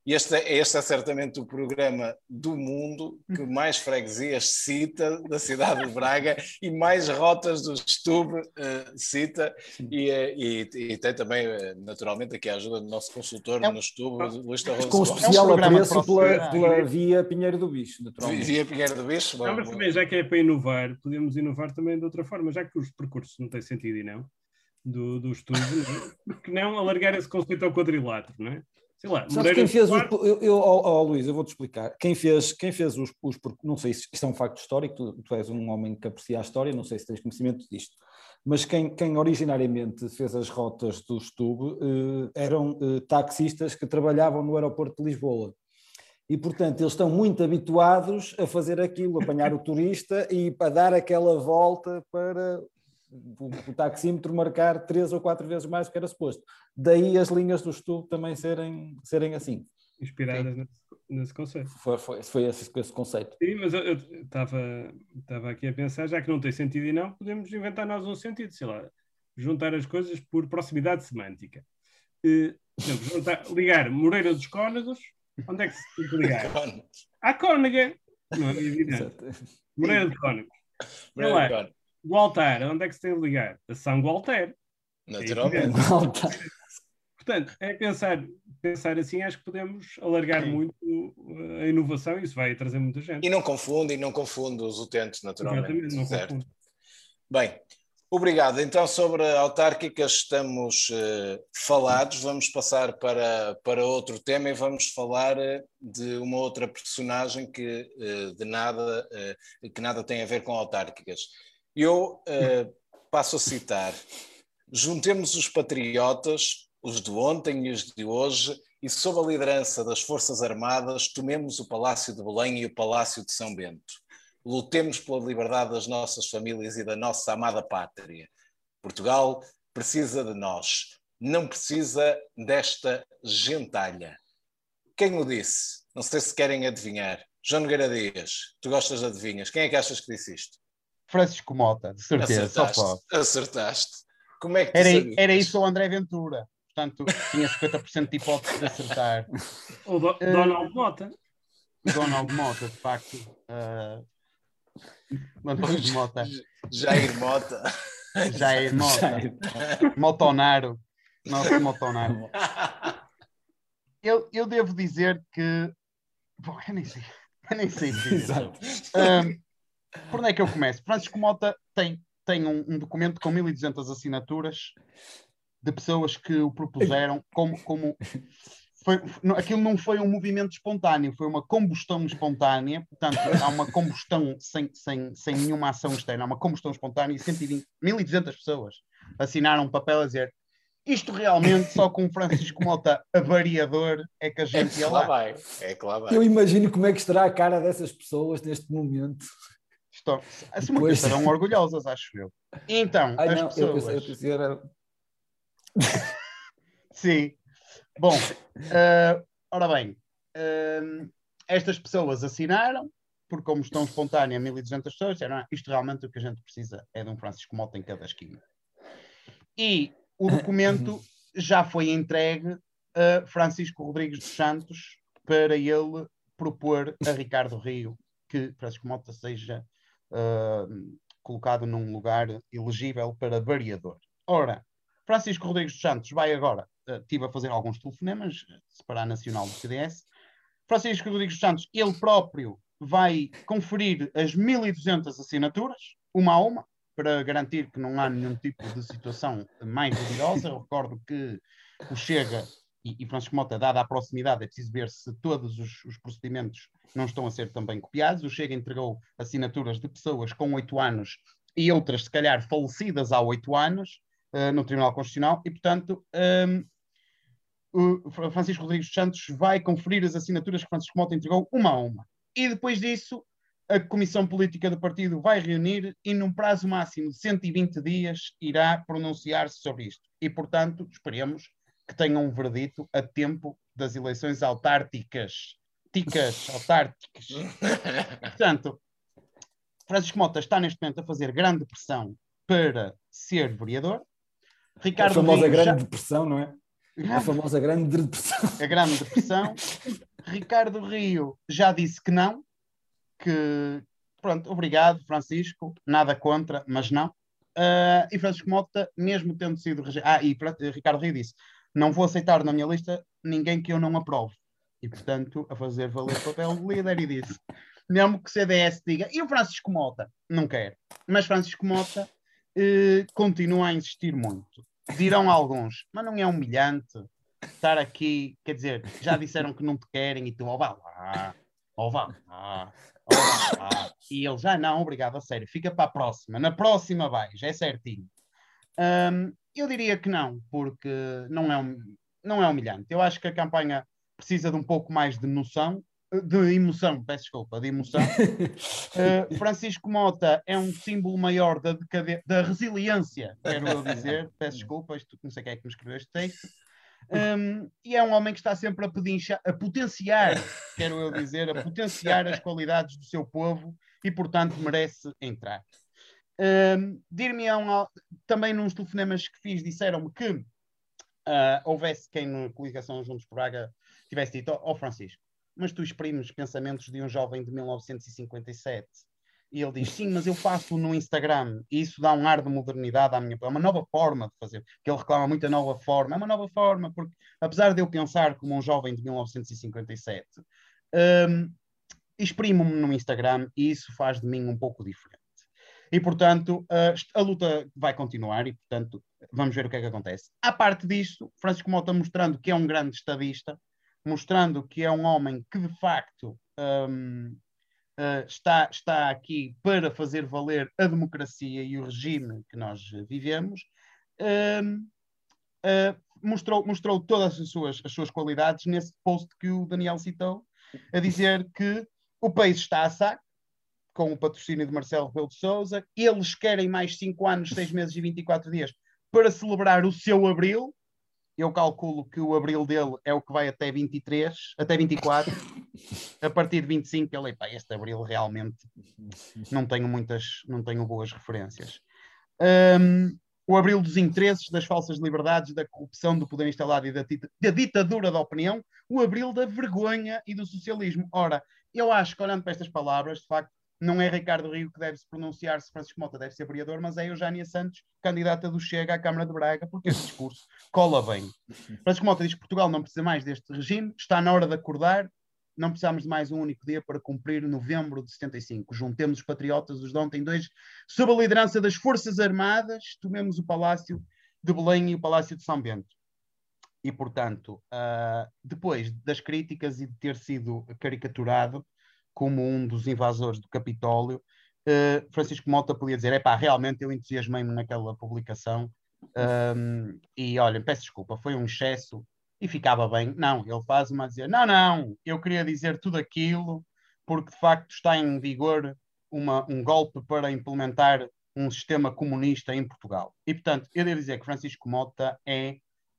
Este é, este é certamente o programa do mundo que mais freguesias cita da cidade de Braga e mais rotas do Stub uh, cita e, e, e tem também, naturalmente, aqui a ajuda do nosso consultor é um, no Stub, Luís Torroso. Com especial é um apreço pela, pela via Pinheiro do Bicho, naturalmente. Via Pinheiro do Bicho. Não, mas também, já que é para inovar, podemos inovar também de outra forma, já que os percursos não têm sentido e não, do, do estudo, não é? Que não alargar esse conceito ao quadrilátero, não é? Sei lá, Sabes quem fez os, eu, eu, oh, oh, Luís, eu vou-te explicar. Quem fez, quem fez os, os... Não sei se isto é um facto histórico, tu, tu és um homem que aprecia a história, não sei se tens conhecimento disto, mas quem, quem originariamente fez as rotas do Stub eh, eram eh, taxistas que trabalhavam no aeroporto de Lisboa. E, portanto, eles estão muito habituados a fazer aquilo, a apanhar o turista e a dar aquela volta para... O, o taxímetro marcar três ou quatro vezes mais do que era suposto. Daí as linhas do Stub também serem, serem assim. Inspiradas nesse, nesse conceito. Foi, foi, foi esse, esse conceito. Sim, mas eu estava aqui a pensar, já que não tem sentido e não, podemos inventar nós um sentido, sei lá, juntar as coisas por proximidade semântica. Uh, por exemplo, juntar, ligar Moreira dos Cónegos, onde é que se tem que ligar? À Cónega. Não é evidente. Moreira dos Cónegos. Moreira dos Cónegos. O altar, onde é que se tem de ligar? A São Gualter. Naturalmente. É Portanto, é pensar, pensar assim, acho que podemos alargar Sim. muito a inovação e isso vai trazer muita gente. E não confunde, e não confunde os utentes, naturalmente. Exatamente, não certo. confunde. Bem, obrigado. Então, sobre autárquicas estamos uh, falados, vamos passar para, para outro tema e vamos falar uh, de uma outra personagem que, uh, de nada, uh, que nada tem a ver com autárquicas. Eu uh, passo a citar: juntemos os patriotas, os de ontem e os de hoje, e sob a liderança das Forças Armadas, tomemos o Palácio de Belém e o Palácio de São Bento. Lutemos pela liberdade das nossas famílias e da nossa amada pátria. Portugal precisa de nós, não precisa desta gentalha. Quem o disse? Não sei se querem adivinhar. João Nogueira Dias, tu gostas de adivinhas. Quem é que achas que disse isto? Francisco Mota, de certeza. Acertaste, só pode. Acertaste. Como é que tu era, sabias? era isso o André Ventura. Portanto, tinha cinquenta por cento de hipótese de acertar. O do, uh, Donald Mota. Donald Mota, de facto. Uh, Donald Mota. Jair Mota. Jair Mota. Jair. Motonaro. Nosso Motonaro. Eu, eu devo dizer que... Bom, eu nem sei. Eu nem sei dizer. Exato. Um, por onde é que eu começo? Francisco Mota tem, tem um, um documento com mil e duzentas assinaturas de pessoas que o propuseram como... como foi, aquilo não foi um movimento espontâneo, foi uma combustão espontânea, portanto, há uma combustão sem, sem, sem nenhuma ação externa, há uma combustão espontânea e cento e vinte, mil e duzentas pessoas assinaram um papel a dizer isto realmente só com Francisco Mota avariador é que a gente ia lá. Vai. É que lá vai. Eu imagino como é que estará a cara dessas pessoas neste momento. Estou, assumo que estarão orgulhosas, acho eu. Então, Ai, as não, pessoas... Eu, eu, eu, eu era... Sim. Bom, uh, ora bem, uh, estas pessoas assinaram, por combustão espontânea, mil e duzentas pessoas, disseram, ah, isto realmente o que a gente precisa é de um Francisco Mota em cada esquina. E o documento já foi entregue a Francisco Rodrigues dos Santos para ele propor a Ricardo Rio que Francisco Mota seja uh, colocado num lugar elegível para vereador. Ora, Francisco Rodrigues dos Santos vai agora, uh, estive a fazer alguns telefonemas, separar nacional do C D S. Francisco Rodrigues dos Santos, ele próprio vai conferir as mil e duzentas assinaturas, uma a uma, para garantir que não há nenhum tipo de situação mais duvidosa. Eu recordo que o Chega e, e Francisco Mota, dada a proximidade, é preciso ver se todos os, os procedimentos não estão a ser também copiados. O Chega entregou assinaturas de pessoas com oito anos e outras, se calhar, falecidas há oito anos uh, no Tribunal Constitucional e, portanto, um, o Francisco Rodrigues dos Santos vai conferir as assinaturas que Francisco Mota entregou uma a uma. E depois disso, a Comissão Política do Partido vai reunir e, num prazo máximo de cento e vinte dias, irá pronunciar-se sobre isto. E, portanto, esperemos que tenham um verdito a tempo das eleições autárquicas. Ticas, autárquicas. Portanto, Francisco Mota está neste momento a fazer grande pressão para ser vereador. Ricardo a famosa Rio grande já... depressão, não é? A famosa Grande Depressão. A Grande Depressão. Ricardo Rio já disse que não, que pronto, obrigado, Francisco, nada contra, mas não. Uh, e Francisco Mota, mesmo tendo sido rejeitado, ah, e Ricardo Rio disse, não vou aceitar na minha lista ninguém que eu não aprove. E, portanto, a fazer valer o papel de líder e disse, mesmo que o C D S diga, e o Francisco Mota? Não quer. Mas Francisco Mota uh, continua a insistir muito. Dirão alguns, mas não é humilhante estar aqui, quer dizer, já disseram que não te querem e tu, ó vá lá, ó vá lá, ó vá lá. E ele já, não, obrigado, a sério, fica para a próxima, na próxima vais, é certinho. Um, eu diria que não, porque não é, não é humilhante. Eu acho que a campanha precisa de um pouco mais de noção, de emoção, peço desculpa, de emoção. Uh, Francisco Mota é um símbolo maior da, decade... da resiliência, quero eu dizer, peço desculpa, isto, não sei quem é que me escreveu este texto. Um, e é um homem que está sempre a, pedincha, a potenciar, quero eu dizer, a potenciar as qualidades do seu povo e, portanto, merece entrar. Um, Dir-me-ão, também nos telefonemas que fiz, disseram-me que uh, houvesse quem na coligação Juntos por Braga tivesse dito, ó oh, Francisco, mas tu exprimes pensamentos de um jovem de mil novecentos e cinquenta e sete. E ele diz, sim, mas eu faço no Instagram e isso dá um ar de modernidade à minha... É uma nova forma de fazer, que ele reclama muito a nova forma. É uma nova forma, porque apesar de eu pensar como um jovem de mil novecentos e cinquenta e sete, um, exprimo-me no Instagram e isso faz de mim um pouco diferente. E, portanto, a, a luta vai continuar e, portanto, vamos ver o que é que acontece. À parte disto, Francisco Mota mostrando que é um grande estadista, mostrando que é um homem que, de facto... Um, Uh, está, está aqui para fazer valer a democracia e o regime que nós vivemos, uh, uh, mostrou, mostrou todas as suas, as suas qualidades nesse post que o Daniel citou, a dizer que o país está a saco, com o patrocínio de Marcelo Rebelo de Sousa, eles querem mais cinco anos, seis meses e vinte e quatro dias para celebrar o seu abril. Eu calculo que o abril dele é o que vai até vinte e três, até vinte e quatro. A partir de vinte e cinco, ele, pá, este abril realmente não tenho muitas, não tenho boas referências. Um, o abril dos interesses, das falsas liberdades, da corrupção, do poder instalado e da, da ditadura da opinião, o abril da vergonha e do socialismo. Ora, eu acho que, olhando para estas palavras, de facto, não é Ricardo Rio que deve se pronunciar se Francisco Mota deve ser vereador, mas é Eugénia Santos, candidata do Chega à Câmara de Braga, porque este discurso cola bem. Francisco Mota diz que Portugal não precisa mais deste regime, está na hora de acordar, não precisamos de mais um único dia para cumprir novembro de setenta e cinco. Juntemos os patriotas, os de ontem dois, sob a liderança das Forças Armadas, tomemos o Palácio de Belém e o Palácio de São Bento. E, portanto, uh, depois das críticas e de ter sido caricaturado como um dos invasores do Capitólio, uh, Francisco Mota podia dizer, epá, realmente eu entusiasmei-me naquela publicação um, e, olha, peço desculpa, foi um excesso e ficava bem. Não, ele faz uma a dizer, não, não, eu queria dizer tudo aquilo porque, de facto, está em vigor uma, um golpe para implementar um sistema comunista em Portugal. E, portanto, eu devo dizer que Francisco Mota é...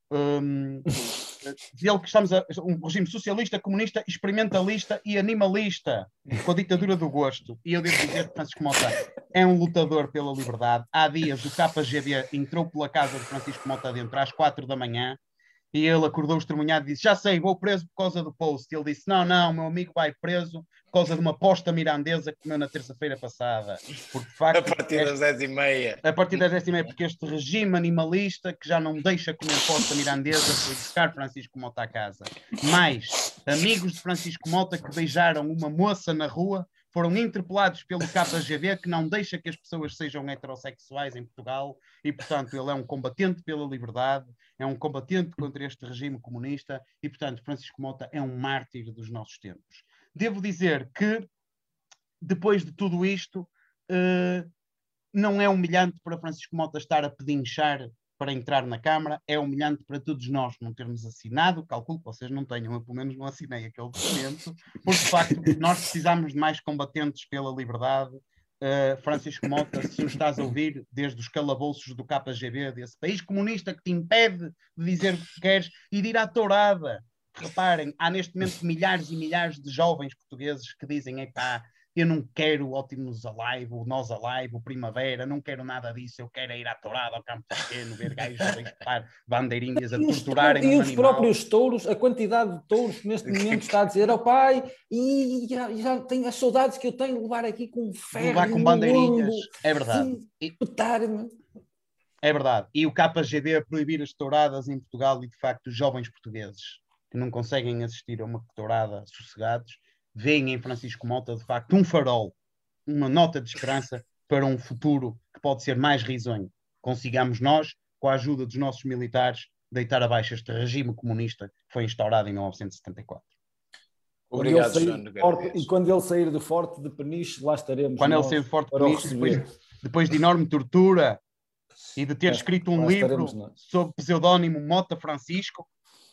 Um, ele que estamos a um regime socialista, comunista, experimentalista e animalista, com a ditadura do gosto. E eu devo dizer que Francisco Mota é um lutador pela liberdade. Há dias o K G B entrou pela casa de Francisco Mota dentro às quatro da manhã e ele acordou estremunhado e disse, já sei, vou preso por causa do post. E ele disse, não, não, meu amigo vai preso por causa de uma posta mirandesa que comeu na terça-feira passada. Porque, de facto, a partir das dez e meia. A partir das dez e meia, porque este regime animalista que já não deixa comer posta mirandesa foi buscar Francisco Mota à casa. Mais, amigos de Francisco Mota que beijaram uma moça na rua foram interpelados pelo K G B, que não deixa que as pessoas sejam heterossexuais em Portugal, e, portanto, ele é um combatente pela liberdade, é um combatente contra este regime comunista, e, portanto, Francisco Mota é um mártir dos nossos tempos. Devo dizer que, depois de tudo isto, uh, não é humilhante para Francisco Mota estar a pedinchar para entrar na Câmara, é humilhante para todos nós não termos assinado, calculo que vocês não tenham, eu pelo menos não assinei aquele documento, porque de facto nós precisamos de mais combatentes pela liberdade. Uh, Francisco Mota, se nos estás a ouvir, desde os calabouços do K G B, desse país comunista que te impede de dizer o que queres e de ir à tourada. Reparem, há neste momento milhares e milhares de jovens portugueses que dizem, epá, eu não quero o Ótimos Alive, o Nós Alive, o Primavera, não quero nada disso, eu quero ir à tourada, ao campo pequeno, ver gajos a disparar bandeirinhas, a E os, torturarem e os os animais. próprios touros, a quantidade de touros que neste momento está a dizer, ó oh, pai, e já, já tenho as saudades que eu tenho de levar aqui com um ferro, levar com no bandeirinhas, lombo, é verdade. petar-me. É verdade. E o K G B a proibir as touradas em Portugal e, de facto, os jovens portugueses que não conseguem assistir a uma tourada sossegados, veem em Francisco Mota, de facto, um farol, uma nota de esperança para um futuro que pode ser mais risonho. Consigamos nós, com a ajuda dos nossos militares, deitar abaixo este regime comunista que foi instaurado em mil novecentos e setenta e quatro. Obrigado, João Nogueira. E quando ele sair do Forte de Peniche, lá estaremos quando nós ele sair do Forte de para o Peniche, receber. depois, depois de enorme tortura e de ter Lá- escrito um lá livro estaremos nós. sob o pseudónimo Mota Francisco,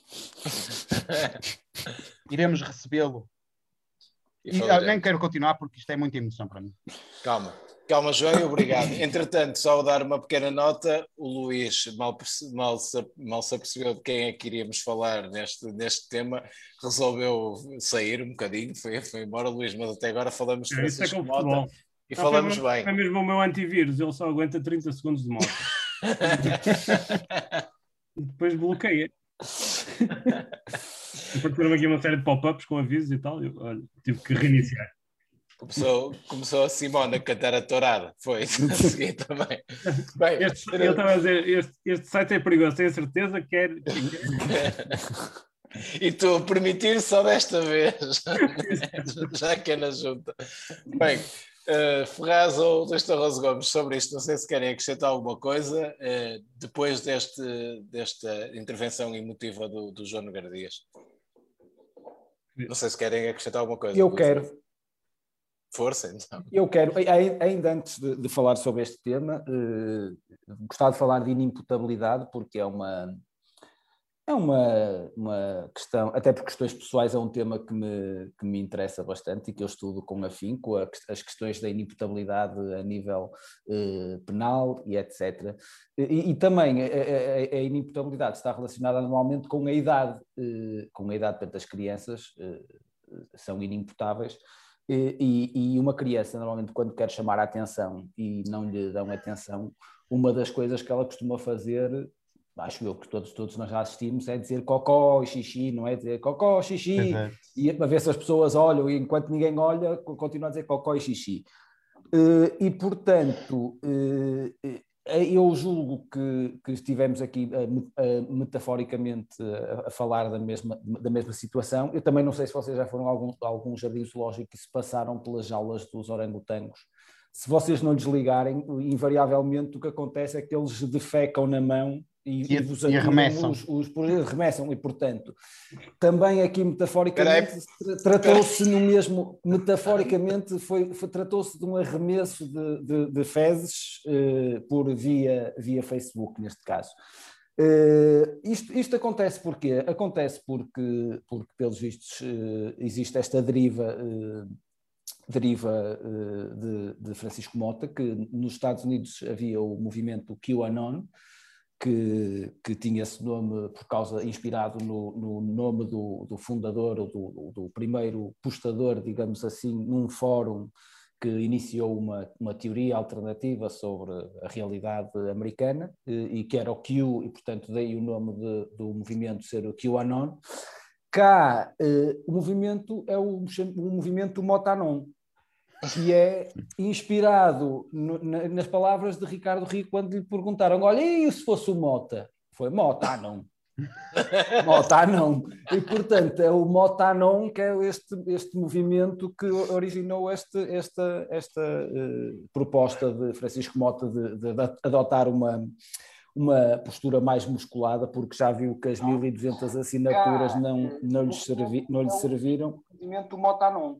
iremos recebê-lo. E E, ah, falaremos. nem quero continuar porque isto é muita emoção para mim. Calma, calma, João, e obrigado. Entretanto, só dar uma pequena nota, o Luís mal, perce- mal, se, mal se apercebeu de quem é que iríamos falar neste, neste tema, resolveu sair um bocadinho, foi, foi embora, Luís, mas até agora falamos de É, isso é Francisco com o Mota futebol. e Não, falamos foi, bem. Foi mesmo o meu antivírus, ele só aguenta trinta segundos de moto. E depois bloqueia. Apareceram aqui uma série de pop-ups com avisos e tal. Eu, olha, tive que reiniciar. Começou, começou a Simone a cantar a tourada, foi a seguir também. Bem, Este, ele estava a dizer: este, este site é perigoso, tenho certeza que quer. que e estou a permitir só desta vez, já que é na junta. Bem, uh, Ferraz ou Luís Torroso Gomes, sobre isto, não sei se querem acrescentar alguma coisa, uh, depois deste, desta intervenção emotiva do, do João Nogueira Dias. Não sei se querem acrescentar alguma coisa. Eu quero. Força, então. Eu quero, ainda antes de, de falar sobre este tema, eh, gostava de falar de inimputabilidade, porque é uma, é uma, uma questão, até por questões pessoais, é um tema que me, que me interessa bastante e que eu estudo com afinco, a, as questões da inimputabilidade a nível eh, penal e etcétera. E, e também a, a, a inimputabilidade está relacionada normalmente com a idade, eh, com a idade, portanto, as crianças eh, são inimputáveis. E, e uma criança, normalmente, quando quer chamar a atenção e não lhe dão atenção, uma das coisas que ela costuma fazer, acho eu que todos, todos nós já assistimos, é dizer cocó e xixi, não é dizer cocó, xixi, Exato. e a ver se as pessoas olham, e enquanto ninguém olha, continua a dizer cocó e xixi. E, portanto, eu julgo que, que estivemos aqui a, a, metaforicamente a, a falar da mesma, da mesma situação. Eu também não sei se vocês já foram a algum, a algum jardim zoológico e se passaram pelas jaulas dos orangotangos. Se vocês não desligarem, invariavelmente o que acontece é que eles defecam na mão e, e, e vos e arremessam. Os, os, arremessam. E, portanto, também aqui metaforicamente tratou-se no mesmo, metaforicamente foi, foi, tratou-se de um arremesso de, de, de fezes eh, por via, via Facebook, neste caso. Uh, isto, isto acontece porquê? Acontece porque, porque pelos vistos, uh, existe esta deriva... Uh, deriva uh, de, de Francisco Mota, que nos Estados Unidos havia o movimento QAnon, que, que tinha esse nome por causa, inspirado no, no nome do, do fundador, ou do, do primeiro postador, digamos assim, num fórum que iniciou uma, uma teoria alternativa sobre a realidade americana, e, e que era o Q, e portanto daí o nome de, do movimento ser o QAnon. Cá, eh, o movimento é o, o movimento Motanon, que é inspirado no, na, nas palavras de Ricardo Rico quando lhe perguntaram: olha, e se fosse o Mota? Foi Motanon. Motanon. E, portanto, é o Motanon que é este, este movimento que originou este, esta, esta uh, proposta de Francisco Mota de, de, de adotar uma... uma postura mais musculada, porque já viu que as mil e duzentas assinaturas não, não, lhes, servi, não lhe serviram. O movimento Motanon.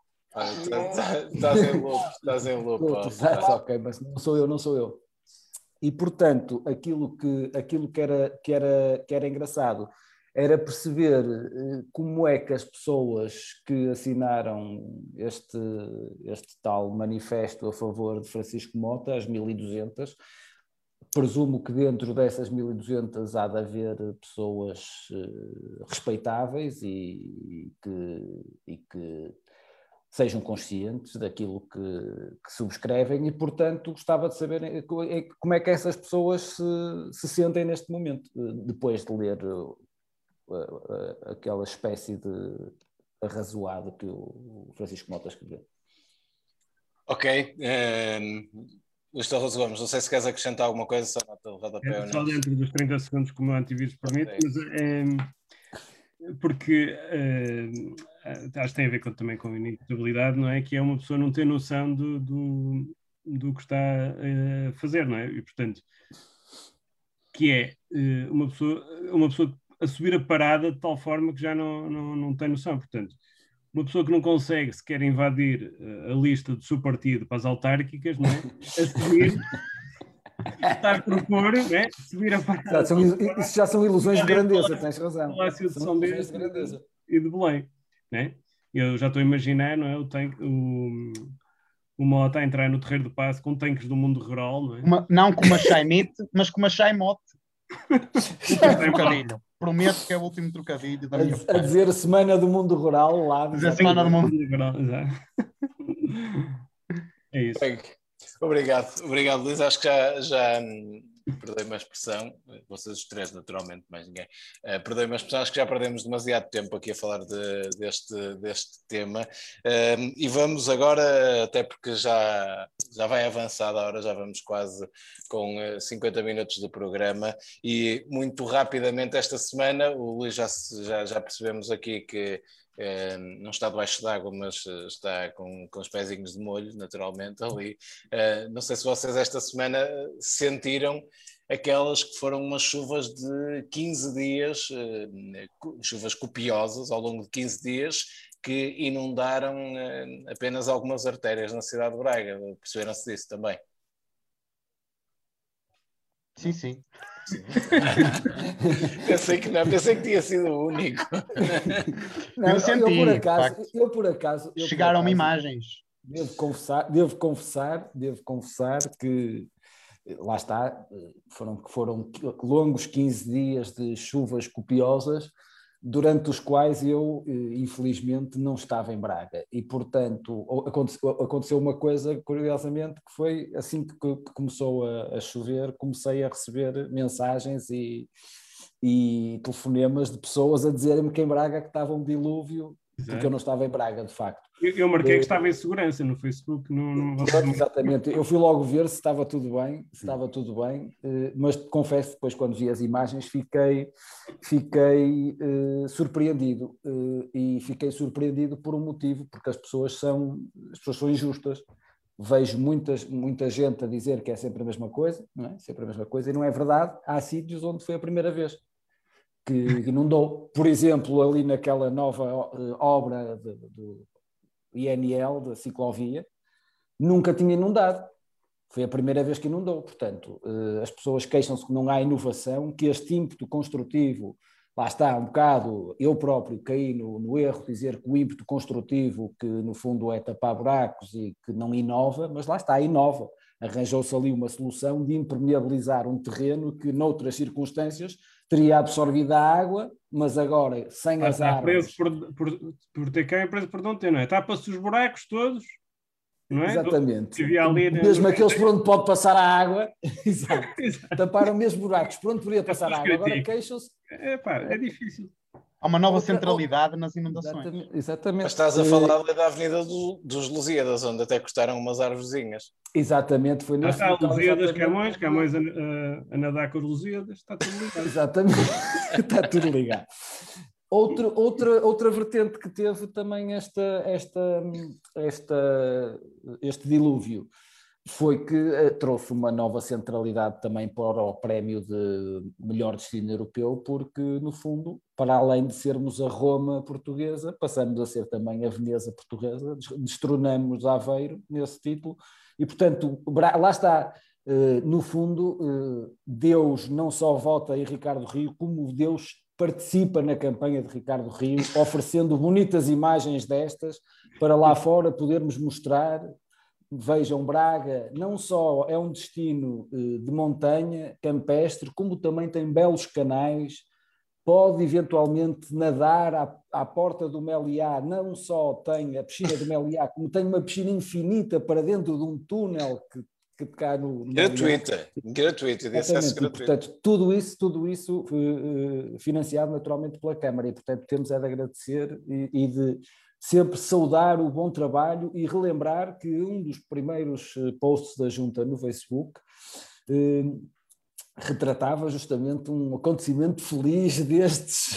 Estás em loop, estás em loop. Ok, mas não sou eu, não sou eu. E, portanto, aquilo que, aquilo que, era, que, era, que era engraçado era perceber como é que as pessoas que assinaram este, este tal manifesto a favor de Francisco Mota, as mil e duzentas, presumo que dentro dessas mil e duzentas há de haver pessoas uh, respeitáveis e, e, que, e que sejam conscientes daquilo que, que subscrevem e, portanto, gostava de saber como é que essas pessoas se, se sentem neste momento, depois de ler aquela espécie de arrazoado que o Francisco Mota escreveu. Ok. Um, Luís Torres Gomes, não sei se queres acrescentar alguma coisa, só nota o rodapé é, só dentro dos trinta segundos que o meu antivírus permite, okay. Mas é, porque é, acho que tem a ver com, também com a inevitabilidade, não é? Que é uma pessoa não ter noção do, do, do que está a fazer, não é? E, portanto, que é uma pessoa, uma pessoa a subir a parada de tal forma que já não, não, não tem noção, portanto. Uma pessoa que não consegue sequer invadir uh, a lista do seu partido para as autárquicas, não é? A seguir, está a propor, não é? Subir a parada. São, isso já são ilusões de grandeza, tens razão. Palácio de São Bento e de Belém, não é? Eu já estou a imaginar, não é? O, tanque, o, o Mota a entrar no Terreiro do Paço com tanques do mundo rural, não é? Uma, não com uma Chaimite, mas com uma Chaimote. Trocadilho. Prometo que é o último trocadilho da minha a, a dizer a Semana do Mundo Rural lá. A Semana do Mundo Rural, exato. É isso. Bem, obrigado, obrigado, Luís. Acho que já, já perdi-me a expressão, vocês os três, naturalmente, mais ninguém. Uh, perdi-me a expressão, acho que já perdemos demasiado tempo aqui a falar de, deste, deste tema. Uh, e vamos agora, até porque já, já vai avançada a hora, já vamos quase com uh, cinquenta minutos de programa, e muito rapidamente esta semana, o Luís já, já, já percebemos aqui que Uh, não está debaixo d'água, mas uh, está com, com os pezinhos de molho, naturalmente, ali. Uh, não sei se vocês esta semana sentiram aquelas que foram umas chuvas de quinze dias, uh, chuvas copiosas ao longo de quinze dias, que inundaram uh, apenas algumas artérias na cidade de Braga. Perceberam-se disso também? Sim, sim. pensei, que não, pensei que tinha sido o único. Não, eu, senti, eu por acaso, eu por acaso chegaram-me imagens. Devo confessar, devo confessar, devo confessar que lá está, foram, foram longos quinze dias de chuvas copiosas, durante os quais eu, infelizmente, não estava em Braga. E, portanto, aconteceu, aconteceu uma coisa, curiosamente, que foi assim que começou a, a chover, comecei a receber mensagens e, e telefonemas de pessoas a dizerem-me que em Braga que estava um dilúvio, exato, porque eu não estava em Braga, de facto. Eu, eu marquei que estava em segurança no Facebook. No, no... Exatamente, eu fui logo ver se estava tudo bem, se estava tudo bem, mas confesso, depois quando vi as imagens fiquei, fiquei uh, surpreendido, uh, e fiquei surpreendido por um motivo, porque as pessoas são, as pessoas são injustas. Vejo muitas, muita gente a dizer que é sempre a mesma coisa, não é? Sempre a mesma coisa, e não é verdade. Há sítios onde foi a primeira vez que inundou. Por exemplo, ali naquela nova uh, obra de, de, I N L, da ciclovia, nunca tinha inundado. Foi a primeira vez que inundou. Portanto, as pessoas queixam-se que não há inovação, que este ímpeto construtivo, lá está, um bocado, eu próprio caí no, no erro de dizer que o ímpeto construtivo, que no fundo é tapar buracos e que não inova, mas lá está, inova. Arranjou-se ali uma solução de impermeabilizar um terreno que, noutras circunstâncias, teria absorvido a água, mas agora, sem ah, as está árvores... preso por, por, por ter cá, é preso por não ter, não é? Tapa-se os buracos todos, não é? Exatamente. Ali, mesmo no... aqueles por onde pode passar a água, exato. Exato. Taparam mesmo buracos por onde poderia passar a água, agora queixam-se... É, pá, é difícil. Há uma nova centralidade nas inundações. Exatamente. Exatamente. Mas estás a falar da Avenida do, dos Lusíadas, onde até cortaram umas árvorezinhas. Exatamente, foi nesse local. Lusíadas, Camões, Camões a, a, a nadar com os Lusíadas, está tudo ligado. Exatamente, está tudo ligado. Outro, outra, outra vertente que teve também esta, esta, esta, este dilúvio foi que uh, trouxe uma nova centralidade também para o prémio de melhor destino europeu, porque, no fundo, para além de sermos a Roma portuguesa, passamos a ser também a Veneza portuguesa, destronamos Aveiro nesse título, e, portanto, lá está, uh, no fundo, uh, Deus não só vota em Ricardo Rio, como Deus participa na campanha de Ricardo Rio, oferecendo bonitas imagens destas, para lá fora podermos mostrar... Vejam, Braga não só é um destino de montanha, campestre, como também tem belos canais, pode eventualmente nadar à, à porta do Meliá, não só tem a piscina do Meliá, como tem uma piscina infinita para dentro de um túnel que, que cai no, no gratuita, gratuita, de acesso gratuito. E, portanto, tudo isso, tudo isso uh, financiado naturalmente pela Câmara, e portanto temos é de agradecer e, e de sempre saudar o bom trabalho e relembrar que um dos primeiros posts da Junta no Facebook uh, retratava justamente um acontecimento feliz destes,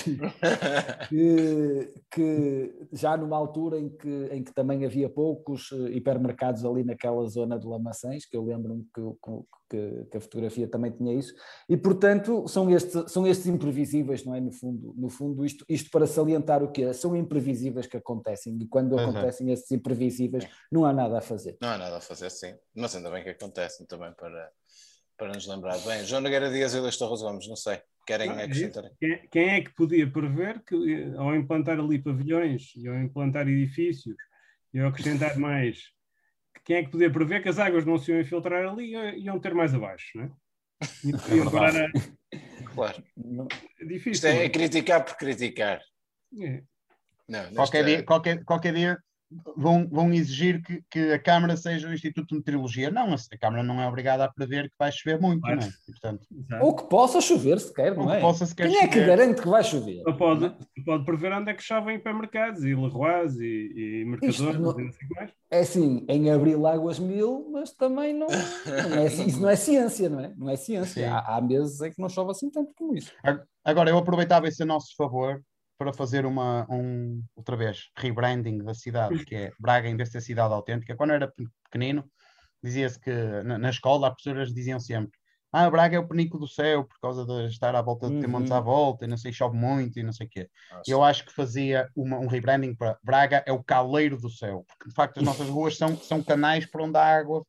que, que já numa altura em que, em que também havia poucos hipermercados ali naquela zona de Lamaçães, que eu lembro-me que, que, que a fotografia também tinha isso, e portanto são estes, são estes imprevisíveis, não é? No fundo, no fundo isto, isto para salientar o quê? São imprevisíveis que acontecem, e quando uhum. acontecem estes imprevisíveis não há nada a fazer. Não há nada a fazer, sim, mas ainda bem que acontecem também para... para nos lembrar. Bem, João Nogueira Dias e Luís Torres Gomes, não sei, querem ah, acrescentar? Quem, quem é que podia prever que ao implantar ali pavilhões e ao implantar edifícios e ao acrescentar mais, quem é que podia prever que as águas não se iam infiltrar ali e iam ter mais abaixo, não é? E iam parar a... Claro. É difícil. Isto é, é criticar por criticar. É. Não, qualquer, dia, qualquer, qualquer dia vão, vão exigir que, que a Câmara seja o Instituto de Meteorologia. Não, a Câmara não é obrigada a prever que vai chover muito, claro. Não é? E, portanto, ou que possa chover sequer, não é? Possa sequer Quem chover. é que garante que vai chover? Ou pode, é? pode prever onde é que chovem hipermercados e Leroy's e, e mercadores não, e não sei mais. É assim, em abril águas mil, mas também não, não é, isso não é ciência, não é? Não é ciência. Há, há meses em que não chove assim tanto como isso. Agora, eu aproveitava esse a nosso favor para fazer uma, um, outra vez, rebranding da cidade, que é Braga, em vez de ser cidade autêntica. Quando eu era pequenino, dizia-se que na, na escola as professoras diziam sempre: ah, Braga é o penico do céu, por causa de estar à volta de ter montes à volta, e não sei, chove muito, e não sei o quê. Nossa. Eu acho que fazia uma, um rebranding para Braga é o caleiro do céu, porque de facto as nossas ruas são, são canais por onde a água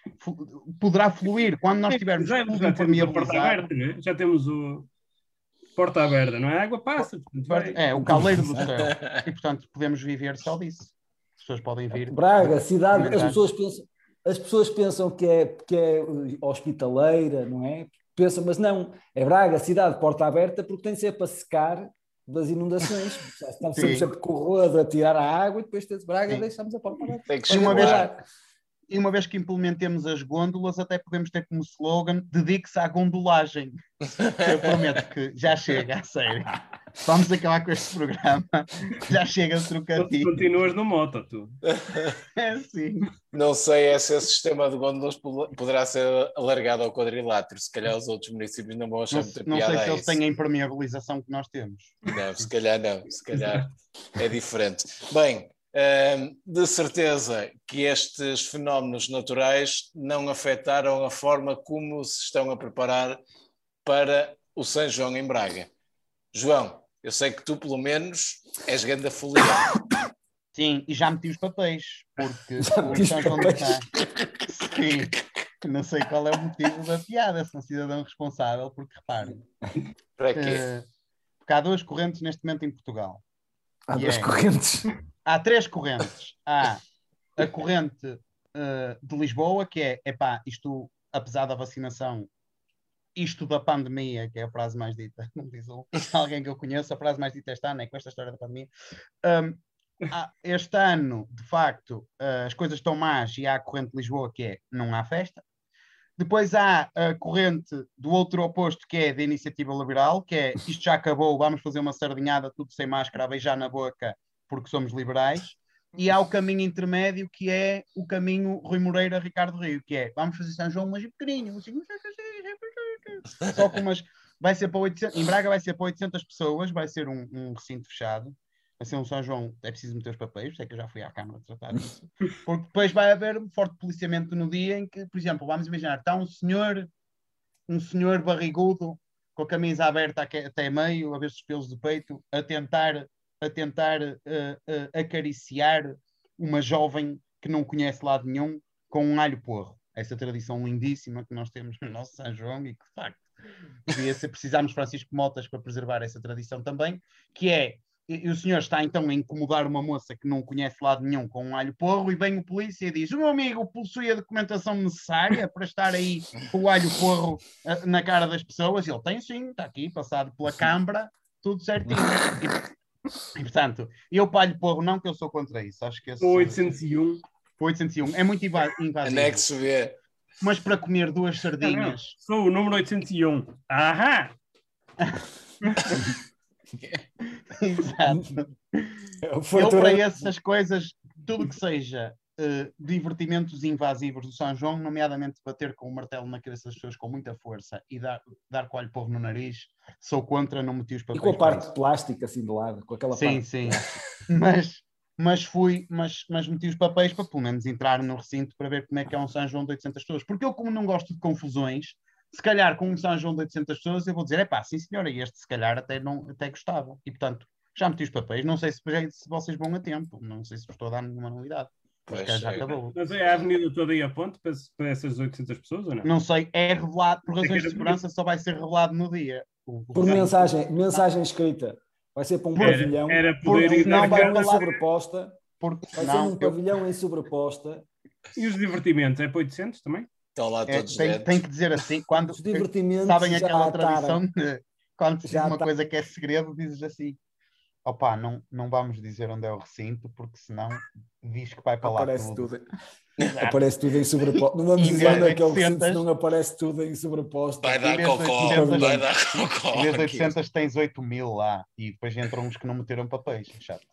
poderá fluir. Quando nós tivermos já, tudo já impermeabilizado... Temos né? Já temos o... porta aberta, não é? A água passa. Portanto, é, o caleiro do céu. E, portanto, podemos viver só disso. As pessoas podem vir... Braga, cidade, as pessoas pensam, as pessoas pensam que é, que é hospitaleira, não é? Pensam, mas não, é Braga, cidade, porta aberta, porque tem de ser para secar das inundações. Estamos sempre, sempre com o rodo a tirar a água e depois de Braga Sim. deixamos a porta aberta. Tem que e, uma vez, e uma vez que implementemos as gôndolas, até podemos ter como slogan: dedique-se à gondolagem. Eu prometo que já chega, a sério. Vamos acabar com este programa. Já chega de trocadilho. Continuas no moto, tu. É sim. Não sei se esse sistema de gôndolas poderá ser alargado ao quadrilátero. Se calhar os outros municípios não vão achar não, muita não piada. Não sei se a eles têm a impermeabilização que nós temos. Não, se calhar não. Se calhar é diferente. Bem, de certeza que estes fenómenos naturais não afetaram a forma como se estão a preparar para o São João em Braga. João, eu sei que tu pelo menos és grande folia. Sim, e já meti os papéis, porque já meti os papéis. Sim, não sei qual é o motivo da piada, sou um cidadão responsável, porque reparem. Para quê? Uh, porque há duas correntes neste momento em Portugal. Há duas é, correntes? Há três correntes. Há a corrente uh, de Lisboa, que é, epá, isto, apesar da vacinação, isto da pandemia, que é a frase mais dita, não diz alguém que eu conheço, a frase mais dita este ano é com esta história da pandemia. Um, este ano, de facto, uh, as coisas estão más e há a corrente de Lisboa, que é não há festa. Depois há a corrente do outro oposto, que é da iniciativa liberal, que é isto já acabou, vamos fazer uma sardinhada, tudo sem máscara, a beijar na boca, porque somos liberais. E há o caminho intermédio, que é o caminho Rui Moreira, Ricardo Rio, que é vamos fazer São João, mas pequenininho, assim, só com umas... Vai ser para oitocentas... Em Braga vai ser para oitocentas pessoas, vai ser um, um recinto fechado. Vai ser um São João, é preciso meter os papéis, sei que eu já fui à Câmara tratar disso. Porque depois vai haver um forte policiamento no dia em que, por exemplo, vamos imaginar, está um senhor, um senhor barrigudo, com a camisa aberta até meio, a ver os pelos do peito, a tentar, a tentar uh, uh, acariciar uma jovem que não conhece lado nenhum com um alho porro. Essa tradição lindíssima que nós temos no nosso São João e que, de facto, devia ser, precisamos Francisco Motas para preservar essa tradição também, que é, e o senhor está então a incomodar uma moça que não conhece lado nenhum com um alho porro e vem o polícia e diz: o meu amigo possui a documentação necessária para estar aí com o alho porro uh, na cara das pessoas. E ele tem sim, está aqui, passado pela Câmara, tudo certinho. E, e, portanto, eu palho porro não, que eu sou contra isso. Acho que esse, oitocentos e um. oitocentos e um é muito invasivo. Anexo B. Mas para comer duas Não, não. sardinhas... Sou o número oitocentos e um. Ahá! Exato. Foi Eu, para durante- essas coisas, tudo que seja uh, divertimentos invasivos do São João, nomeadamente bater com o martelo na cabeça das pessoas com muita força e dar, dar coalho porro no nariz, sou contra, não meti os E papéis com a para parte isso. plástica assim de lado, com aquela Sim, parte. sim. Mas, mas fui, mas, mas meti os papéis para pelo menos entrar no recinto para ver como é que é um São João de oitocentas pessoas. Porque eu, como não gosto de confusões, se calhar com um São João de oitocentas pessoas, eu vou dizer, é pá, sim senhora, este se calhar até, não, até gostava. E portanto, já meti os papéis, não sei se, se vocês vão a tempo, não sei se vos estou a dar nenhuma novidade. Mas Pois, já é. acabou. Mas é a avenida toda aí a ponto para, para essas oitocentas pessoas ou não? Não sei, é revelado, por É que razões de era segurança, só vai ser revelado no dia. O- o Por recinto- mensagem, mensagem escrita. Vai ser para um Era, pavilhão. era Porque poder ir senão dar vai pavilhão em falar- sobreposta. Porque Vai ser senão num eu- pavilhão em sobreposta. E os divertimentos? É para oitocentos também? Estão lá é, todos tem, dentro. tem que dizer assim, quando Os divertimentos sabem já aquela ataram. tradição de quando se diz Já uma tá- coisa que é segredo, dizes assim: opá, não, não vamos dizer onde é o recinto, porque senão diz que vai para lá Aparece tudo. tudo. Exato. Aparece tudo em sobreposta. Não vamos Em dizer vez onde é de que é o recinto, oitocentas, senão aparece tudo em sobreposta. Vai dar Em vez de cocó, oitocentas, vai dar cocó. Em vez de aqui. oitocentas tens oito mil lá e depois entram uns que não meteram papéis. Chato.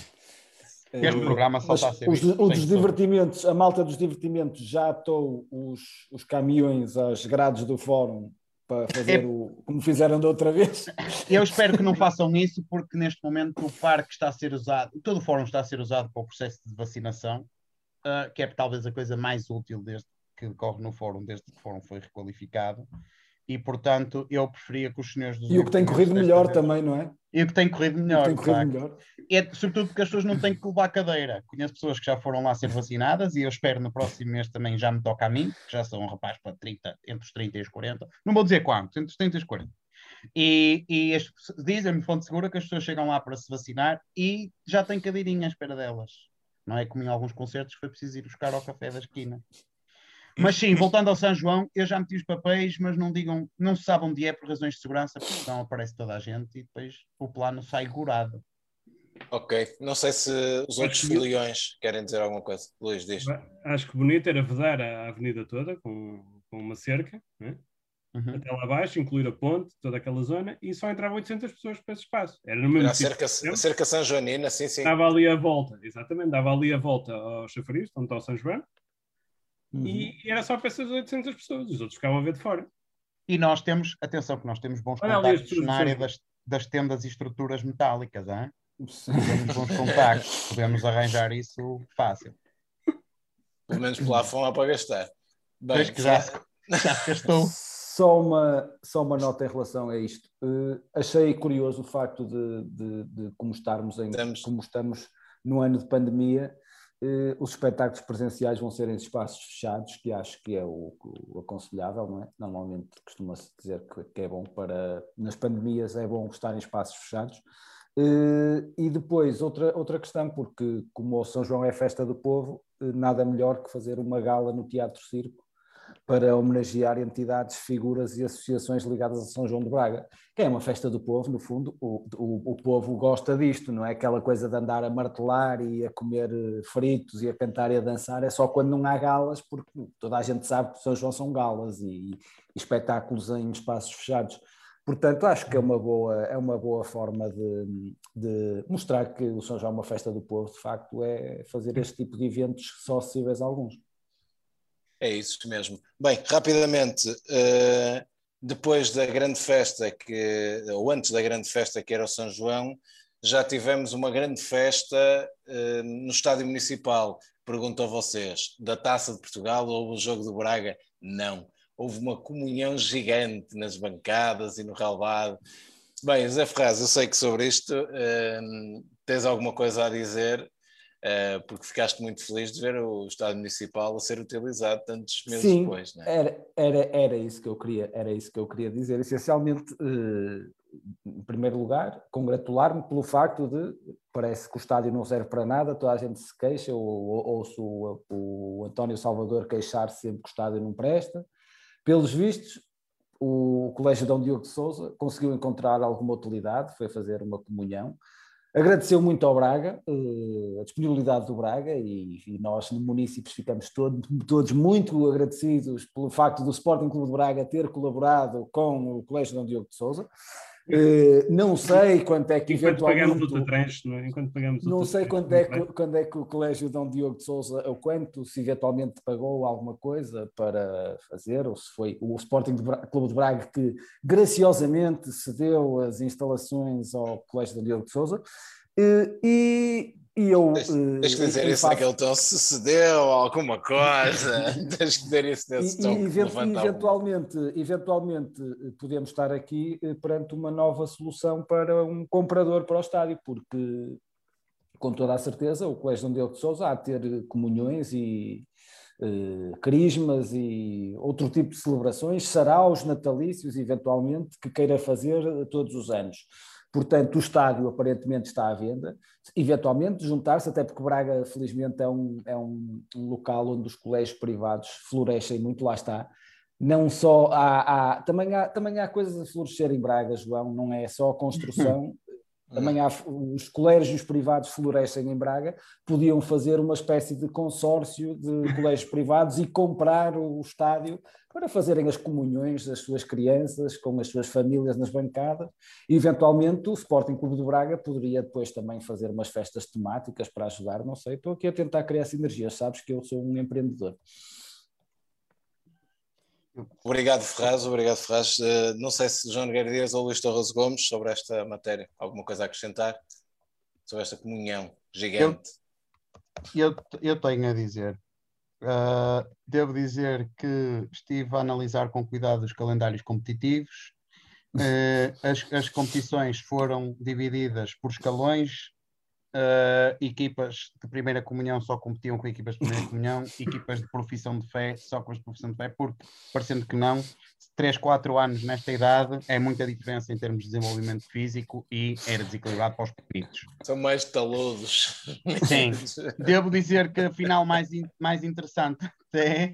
Eh, Este programa só mas está a ser os, visto os sem dos som. divertimentos, a malta dos divertimentos já atou os, os caminhões às grades do fórum para fazer É- o como fizeram da outra vez. Eu espero que não façam isso, porque neste momento o parque está a ser usado, todo o fórum está a ser usado para o processo de vacinação, uh, que é talvez a coisa mais útil desde que decorre no fórum, desde que o fórum foi requalificado. E, portanto, eu preferia que os senhores dos E o que tem corrido desta melhor vez- também, não é? E o que tem corrido O que melhor, tem de corrido facto. melhor. É, sobretudo porque as pessoas não têm que levar cadeira. Conheço pessoas que já foram lá ser vacinadas e eu espero no próximo mês também já me toca a mim, que já sou um rapaz para trinta, entre os trinta e os quarenta. Não vou dizer quantos, entre os trinta e os quarenta. E, e as- dizem-me, fonte segura, que as pessoas chegam lá para se vacinar e já têm cadeirinha à espera delas. Não é como em alguns concertos que foi preciso ir buscar ao café da esquina. Mas sim, voltando ao São João, eu já meti os papéis, mas não digam, não se sabe onde é por razões de segurança, porque senão aparece toda a gente e depois o plano sai gorado. Ok, não sei se os outros que- filiões querem dizer alguma coisa. Luís, diz. Acho que bonito era vedar a avenida toda com, com uma cerca, né? Uhum. Até lá abaixo, incluir a ponte, toda aquela zona, e só entravam oitocentas pessoas para esse espaço. Era no mesmo Era a tipo cerca, de tempo, a cerca São Joanina, sim, sim. dava ali a volta, exatamente, dava ali a volta ao chafariz, onde está o São João, Uhum. e, e era só para essas oitocentas pessoas, os outros ficavam a ver de fora. E nós temos, atenção, que nós temos bons Olha ali as contactos pessoas na do área São das, das tendas e estruturas metálicas, hein? Temos bons contactos, podemos arranjar isso fácil. Pelo menos plafond há para gastar. Bem, Pois que já se, já se gastou. Só uma, só uma nota em relação a isto. Uh, achei curioso o facto de, de, de como, estarmos em, Estamos. como estamos no ano de pandemia, uh, os espetáculos presenciais vão ser em espaços fechados, que acho que é o, o aconselhável, não é? Normalmente costuma-se dizer que, que é bom para... Nas pandemias é bom estar em espaços fechados. Uh, e depois, outra, outra questão, porque como o São João é festa do povo, uh, nada melhor que fazer uma gala no Teatro Circo para homenagear entidades, figuras e associações ligadas a São João de Braga, que é uma festa do povo, no fundo, o, o, o povo gosta disto, não é aquela coisa de andar a martelar e a comer fritos e a cantar e a dançar, é só quando não há galas, porque toda a gente sabe que São João são galas e, e espetáculos em espaços fechados. Portanto, acho que é uma boa, é uma boa forma de, de mostrar que o São João é uma festa do povo, de facto, é fazer este tipo de eventos só acessíveis a alguns. É isso mesmo. Bem, rapidamente, uh, depois da grande festa, que, ou antes da grande festa que era o São João, já tivemos uma grande festa uh, no Estádio Municipal. Pergunto a vocês, da Taça de Portugal houve o jogo do Braga? Não. Houve uma comunhão gigante nas bancadas e no relvado. Bem, José Ferraz, eu sei que sobre isto uh, tens alguma coisa a dizer, uh, porque ficaste muito feliz de ver o Estádio Municipal a ser utilizado tantos meses Sim, depois, não é? Era, era, era, isso que eu queria, era isso que eu queria dizer. Essencialmente, uh, em primeiro lugar, congratular-me pelo facto de, parece que o estádio não serve para nada, toda a gente se queixa, ou, ou, ouço o, o António Salvador queixar-se sempre que o estádio não presta. Pelos vistos, o Colégio Dom Diogo de Sousa conseguiu encontrar alguma utilidade, foi fazer uma comunhão. Agradeceu muito ao Braga, a disponibilidade do Braga, e, e nós, no municípios, ficamos todo, todos muito agradecidos pelo facto do Sporting Clube de Braga ter colaborado com o Colégio Dom Diogo de Sousa. Uh, não sei quanto é que enquanto eventualmente... pagamos o trecho, não é? Enquanto pagamos Não sei trecho, quando é, que, quando é que o Colégio Dom Diogo de Sousa, ou quanto, se eventualmente pagou alguma coisa para fazer, ou se foi o Sporting de Bra- Clube de Braga que graciosamente cedeu as instalações ao Colégio Dom Diogo de Sousa. Uh, e, e eu... Tens, uh, tens que dizer em isso face- naquele tom, se cedeu alguma coisa, tens que dizer isso nesse E, tom. e, que event- levanta algum. eventualmente, eventualmente eh, podemos estar aqui eh, perante uma nova solução para um comprador para o estádio, porque com toda a certeza o Colégio Dom Diogo de Sousa há de ter comunhões e eh, crismas e outro tipo de celebrações, saraus natalícios eventualmente que queira fazer todos os anos. Portanto, o estádio aparentemente está à venda, eventualmente juntar-se, até porque Braga, felizmente, é um, é um, um local onde os colégios privados florescem muito, lá está. Não só há, há, também há, também há coisas a florescer em Braga, João, não é só a construção, também há os colégios privados florescem em Braga, podiam fazer uma espécie de consórcio de colégios privados e comprar o estádio para fazerem as comunhões das suas crianças com as suas famílias nas bancadas, e eventualmente o Sporting Clube de Braga poderia depois também fazer umas festas temáticas para ajudar, não sei, estou aqui a tentar criar sinergias, sabes que eu sou um empreendedor. Obrigado, Ferraz, obrigado, Ferraz. Uh, não sei se João Nogueira Dias ou Luís Torres Gomes, sobre esta matéria, alguma coisa a acrescentar? Sobre esta comunhão gigante? Eu, eu, eu tenho a dizer. Uh, devo dizer que estive a analisar com cuidado os calendários competitivos. Uh, as, as competições foram divididas por escalões. Uh, equipas de primeira comunhão só competiam com equipas de primeira comunhão, equipas de profissão de fé só com as de profissão de fé, porque, parecendo que não, três, quatro anos nesta idade é muita diferença em termos de desenvolvimento físico e era desequilibrado para os pequenitos. São mais taludos. Sim, devo dizer que a final mais, in, mais interessante até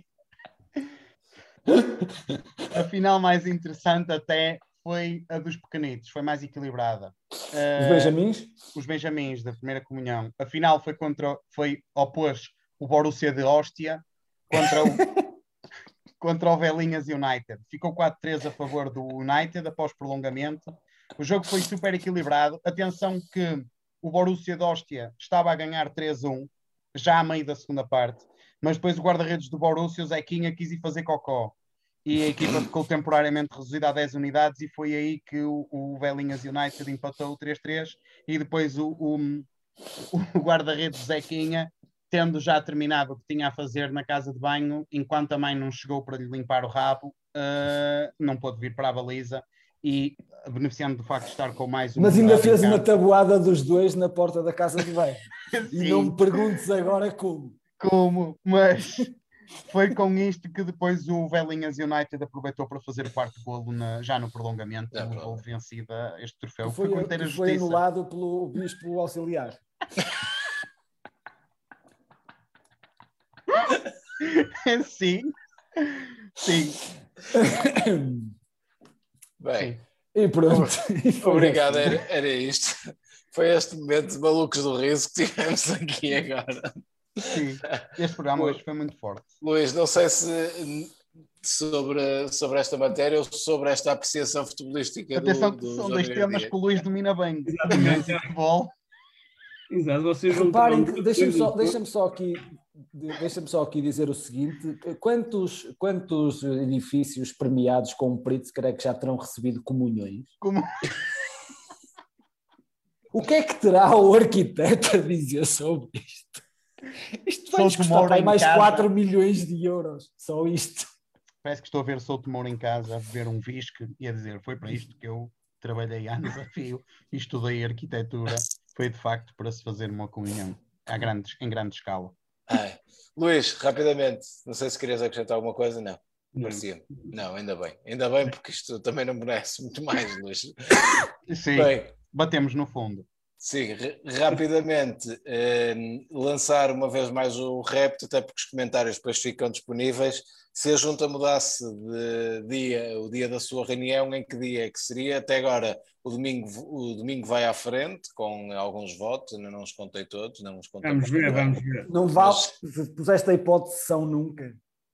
a final mais interessante até foi a dos pequenitos, foi mais equilibrada. Os uh, Benjamins? Os Benjamins da primeira comunhão. A final foi contra, foi opôs o Borussia de Ostia contra o, contra o Velhinhas United. Ficou quatro a três a favor do United após prolongamento. O jogo foi super equilibrado. Atenção que o Borussia de Ostia estava a ganhar três a um, já a meio da segunda parte, mas depois o guarda-redes do Borussia, o Zequinha, quis ir fazer cocó. E a equipa ficou temporariamente reduzida a dez unidades e foi aí que o, o Velhinhas United empatou o três a três e depois o, o, o guarda-redes Zequinha, tendo já terminado o que tinha a fazer na casa de banho, enquanto a mãe não chegou para lhe limpar o rabo, uh, não pôde vir para a baliza e, beneficiando do facto de estar com mais um... Mas ainda fez uma tabuada dos dois na porta da casa de banho. E não me perguntes agora como. Como, mas... Foi com isto que depois o Velhinhas United aproveitou para fazer o quarto golo na, já no prolongamento e levou vencida este troféu. Que foi, foi, que foi anulado pelo bispo auxiliar. Sim. Sim. Bem. Sim. E pronto. Obrigado, era, era isto. Foi este momento de malucos do riso que tivemos aqui agora. Sim, este programa hoje foi muito forte. Luís, não sei se sobre, sobre esta matéria ou sobre esta apreciação futebolística. Atenção do, que do são dois temas que o Luís domina bem. Exatamente. Futebol. Exato, vocês reparem, deixa-me só, deixa só aqui deixa-me só aqui dizer o seguinte: quantos, quantos edifícios premiados com o Pritzker é que já terão recebido comunhões? Como... O que é que terá o arquiteto a dizer sobre isto? Isto vai custar mais quatro milhões de euros, só isto. Parece que estou a ver Souto Moura em casa a beber um whisky e a dizer: foi para isto que eu trabalhei anos a fio e estudei arquitetura. Foi de facto para se fazer uma comunhão a grandes, em grande escala. Ai. Luís, rapidamente, não sei se querias acrescentar alguma coisa, não. Não. Parecia. Não, ainda bem. Ainda bem, porque isto também não merece muito mais, Luís. Sim, bem, batemos no fundo. Sim, rapidamente eh, lançar uma vez mais o repto, até porque os comentários depois ficam disponíveis. Se a Junta mudasse de dia, o dia da sua reunião, em que dia é que seria? Até agora o domingo, o domingo vai à frente, com alguns votos, ainda não os contei todos. Não os contei Vamos ver, também. vamos ver. Não vale, Mas, puseste a hipótese São nunca.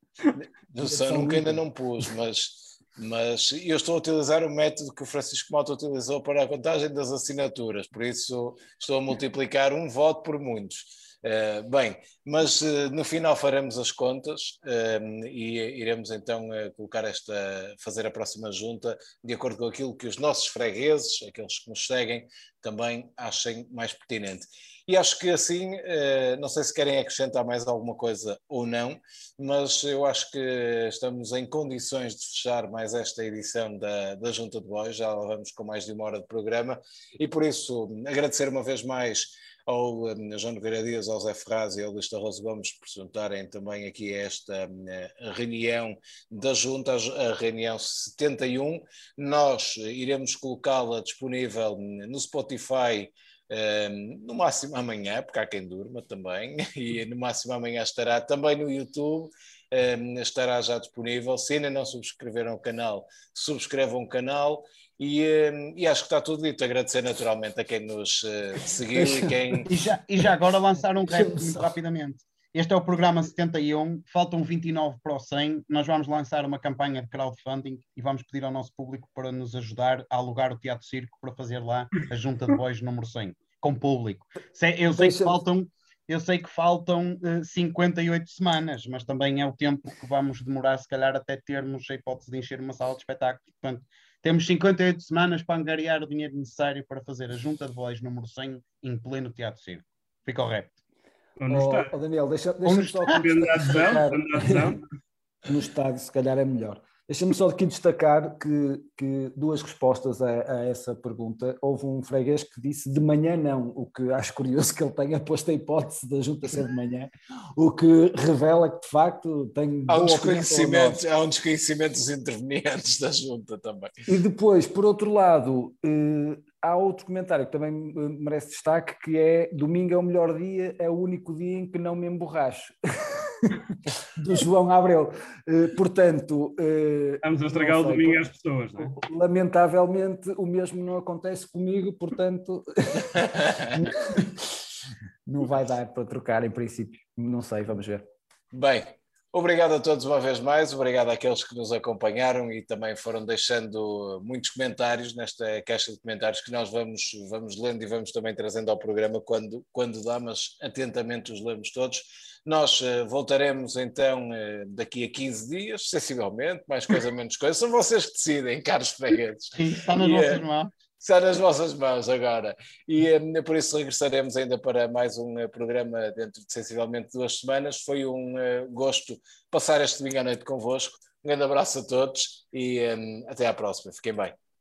Do São nunca ainda não pus, mas... Mas eu estou a utilizar o método que o Francisco Mota utilizou para a contagem das assinaturas, por isso estou a multiplicar um voto por muitos. Uh, bem, mas uh, no final faremos as contas uh, e iremos então uh, colocar esta, fazer a próxima junta de acordo com aquilo que os nossos fregueses, aqueles que nos seguem, também achem mais pertinente. E acho que assim, uh, não sei se querem acrescentar mais alguma coisa ou não, mas eu acho que estamos em condições de fechar mais esta edição da, da Junta de Bois, já lá vamos com mais de uma hora de programa, e por isso agradecer uma vez mais ao um, João Nogueira Dias, ao Zé Ferraz e ao Luís Tarroso Gomes por se juntarem também aqui a esta um, reunião da Junta, a reunião setenta e um. Nós iremos colocá-la disponível no Spotify um, no máximo amanhã, porque há quem durma também, e no máximo amanhã estará também no YouTube. Um, estará já disponível. Se ainda não subscreveram o canal, subscrevam o canal. E, e acho que está tudo dito. Agradecer naturalmente a quem nos uh, seguiu e quem... E já, e já agora lançar um repto muito rapidamente. Este é o programa setenta e um, faltam vinte e nove para o cem. Nós vamos lançar uma campanha de crowdfunding e vamos pedir ao nosso público para nos ajudar a alugar o Teatro Circo para fazer lá a Junta de Bois número cem, com público. Eu sei que faltam... Eu sei que faltam uh, cinquenta e oito semanas, mas também é o tempo que vamos demorar, se calhar, até termos a hipótese de encher uma sala de espetáculo. Portanto, temos cinquenta e oito semanas para angariar o dinheiro necessário para fazer a Junta de Bois número cem em pleno Teatro Circo. Fica o repto. Oh, oh, Daniel, deixa, deixa-me só aqui destacar. No estádio, se calhar é melhor. Deixa-me só aqui destacar que, que duas respostas a, a essa pergunta. Houve um freguês que disse de manhã não, o que acho curioso que ele tenha posto a hipótese da junta ser de manhã, o que revela que de facto tem há um desconhecimento, há um desconhecimento dos intervenientes da junta também. E depois, por outro lado, eh, há outro comentário que também merece destaque, que é: domingo é o melhor dia, é o único dia em que não me emborracho. Do João Abreu. Uh, portanto... Uh, Estamos a estragar o domingo às pessoas, não é? Lamentavelmente, o mesmo não acontece comigo, portanto... não vai dar para trocar, em princípio. Não sei, vamos ver. Bem, obrigado a todos uma vez mais, obrigado àqueles que nos acompanharam e também foram deixando muitos comentários nesta caixa de comentários que nós vamos, vamos lendo e vamos também trazendo ao programa quando, quando dá, mas atentamente os lemos todos. Nós uh, voltaremos então uh, daqui a quinze dias, sensivelmente, mais coisa, menos coisa. São vocês que decidem, caros fregueses. Sim, está nas e, vossas mãos. Está nas vossas mãos agora. E uh, por isso regressaremos ainda para mais um uh, programa dentro de sensivelmente duas semanas. Foi um uh, gosto passar este domingo à noite convosco. Um grande abraço a todos e um, até à próxima. Fiquem bem.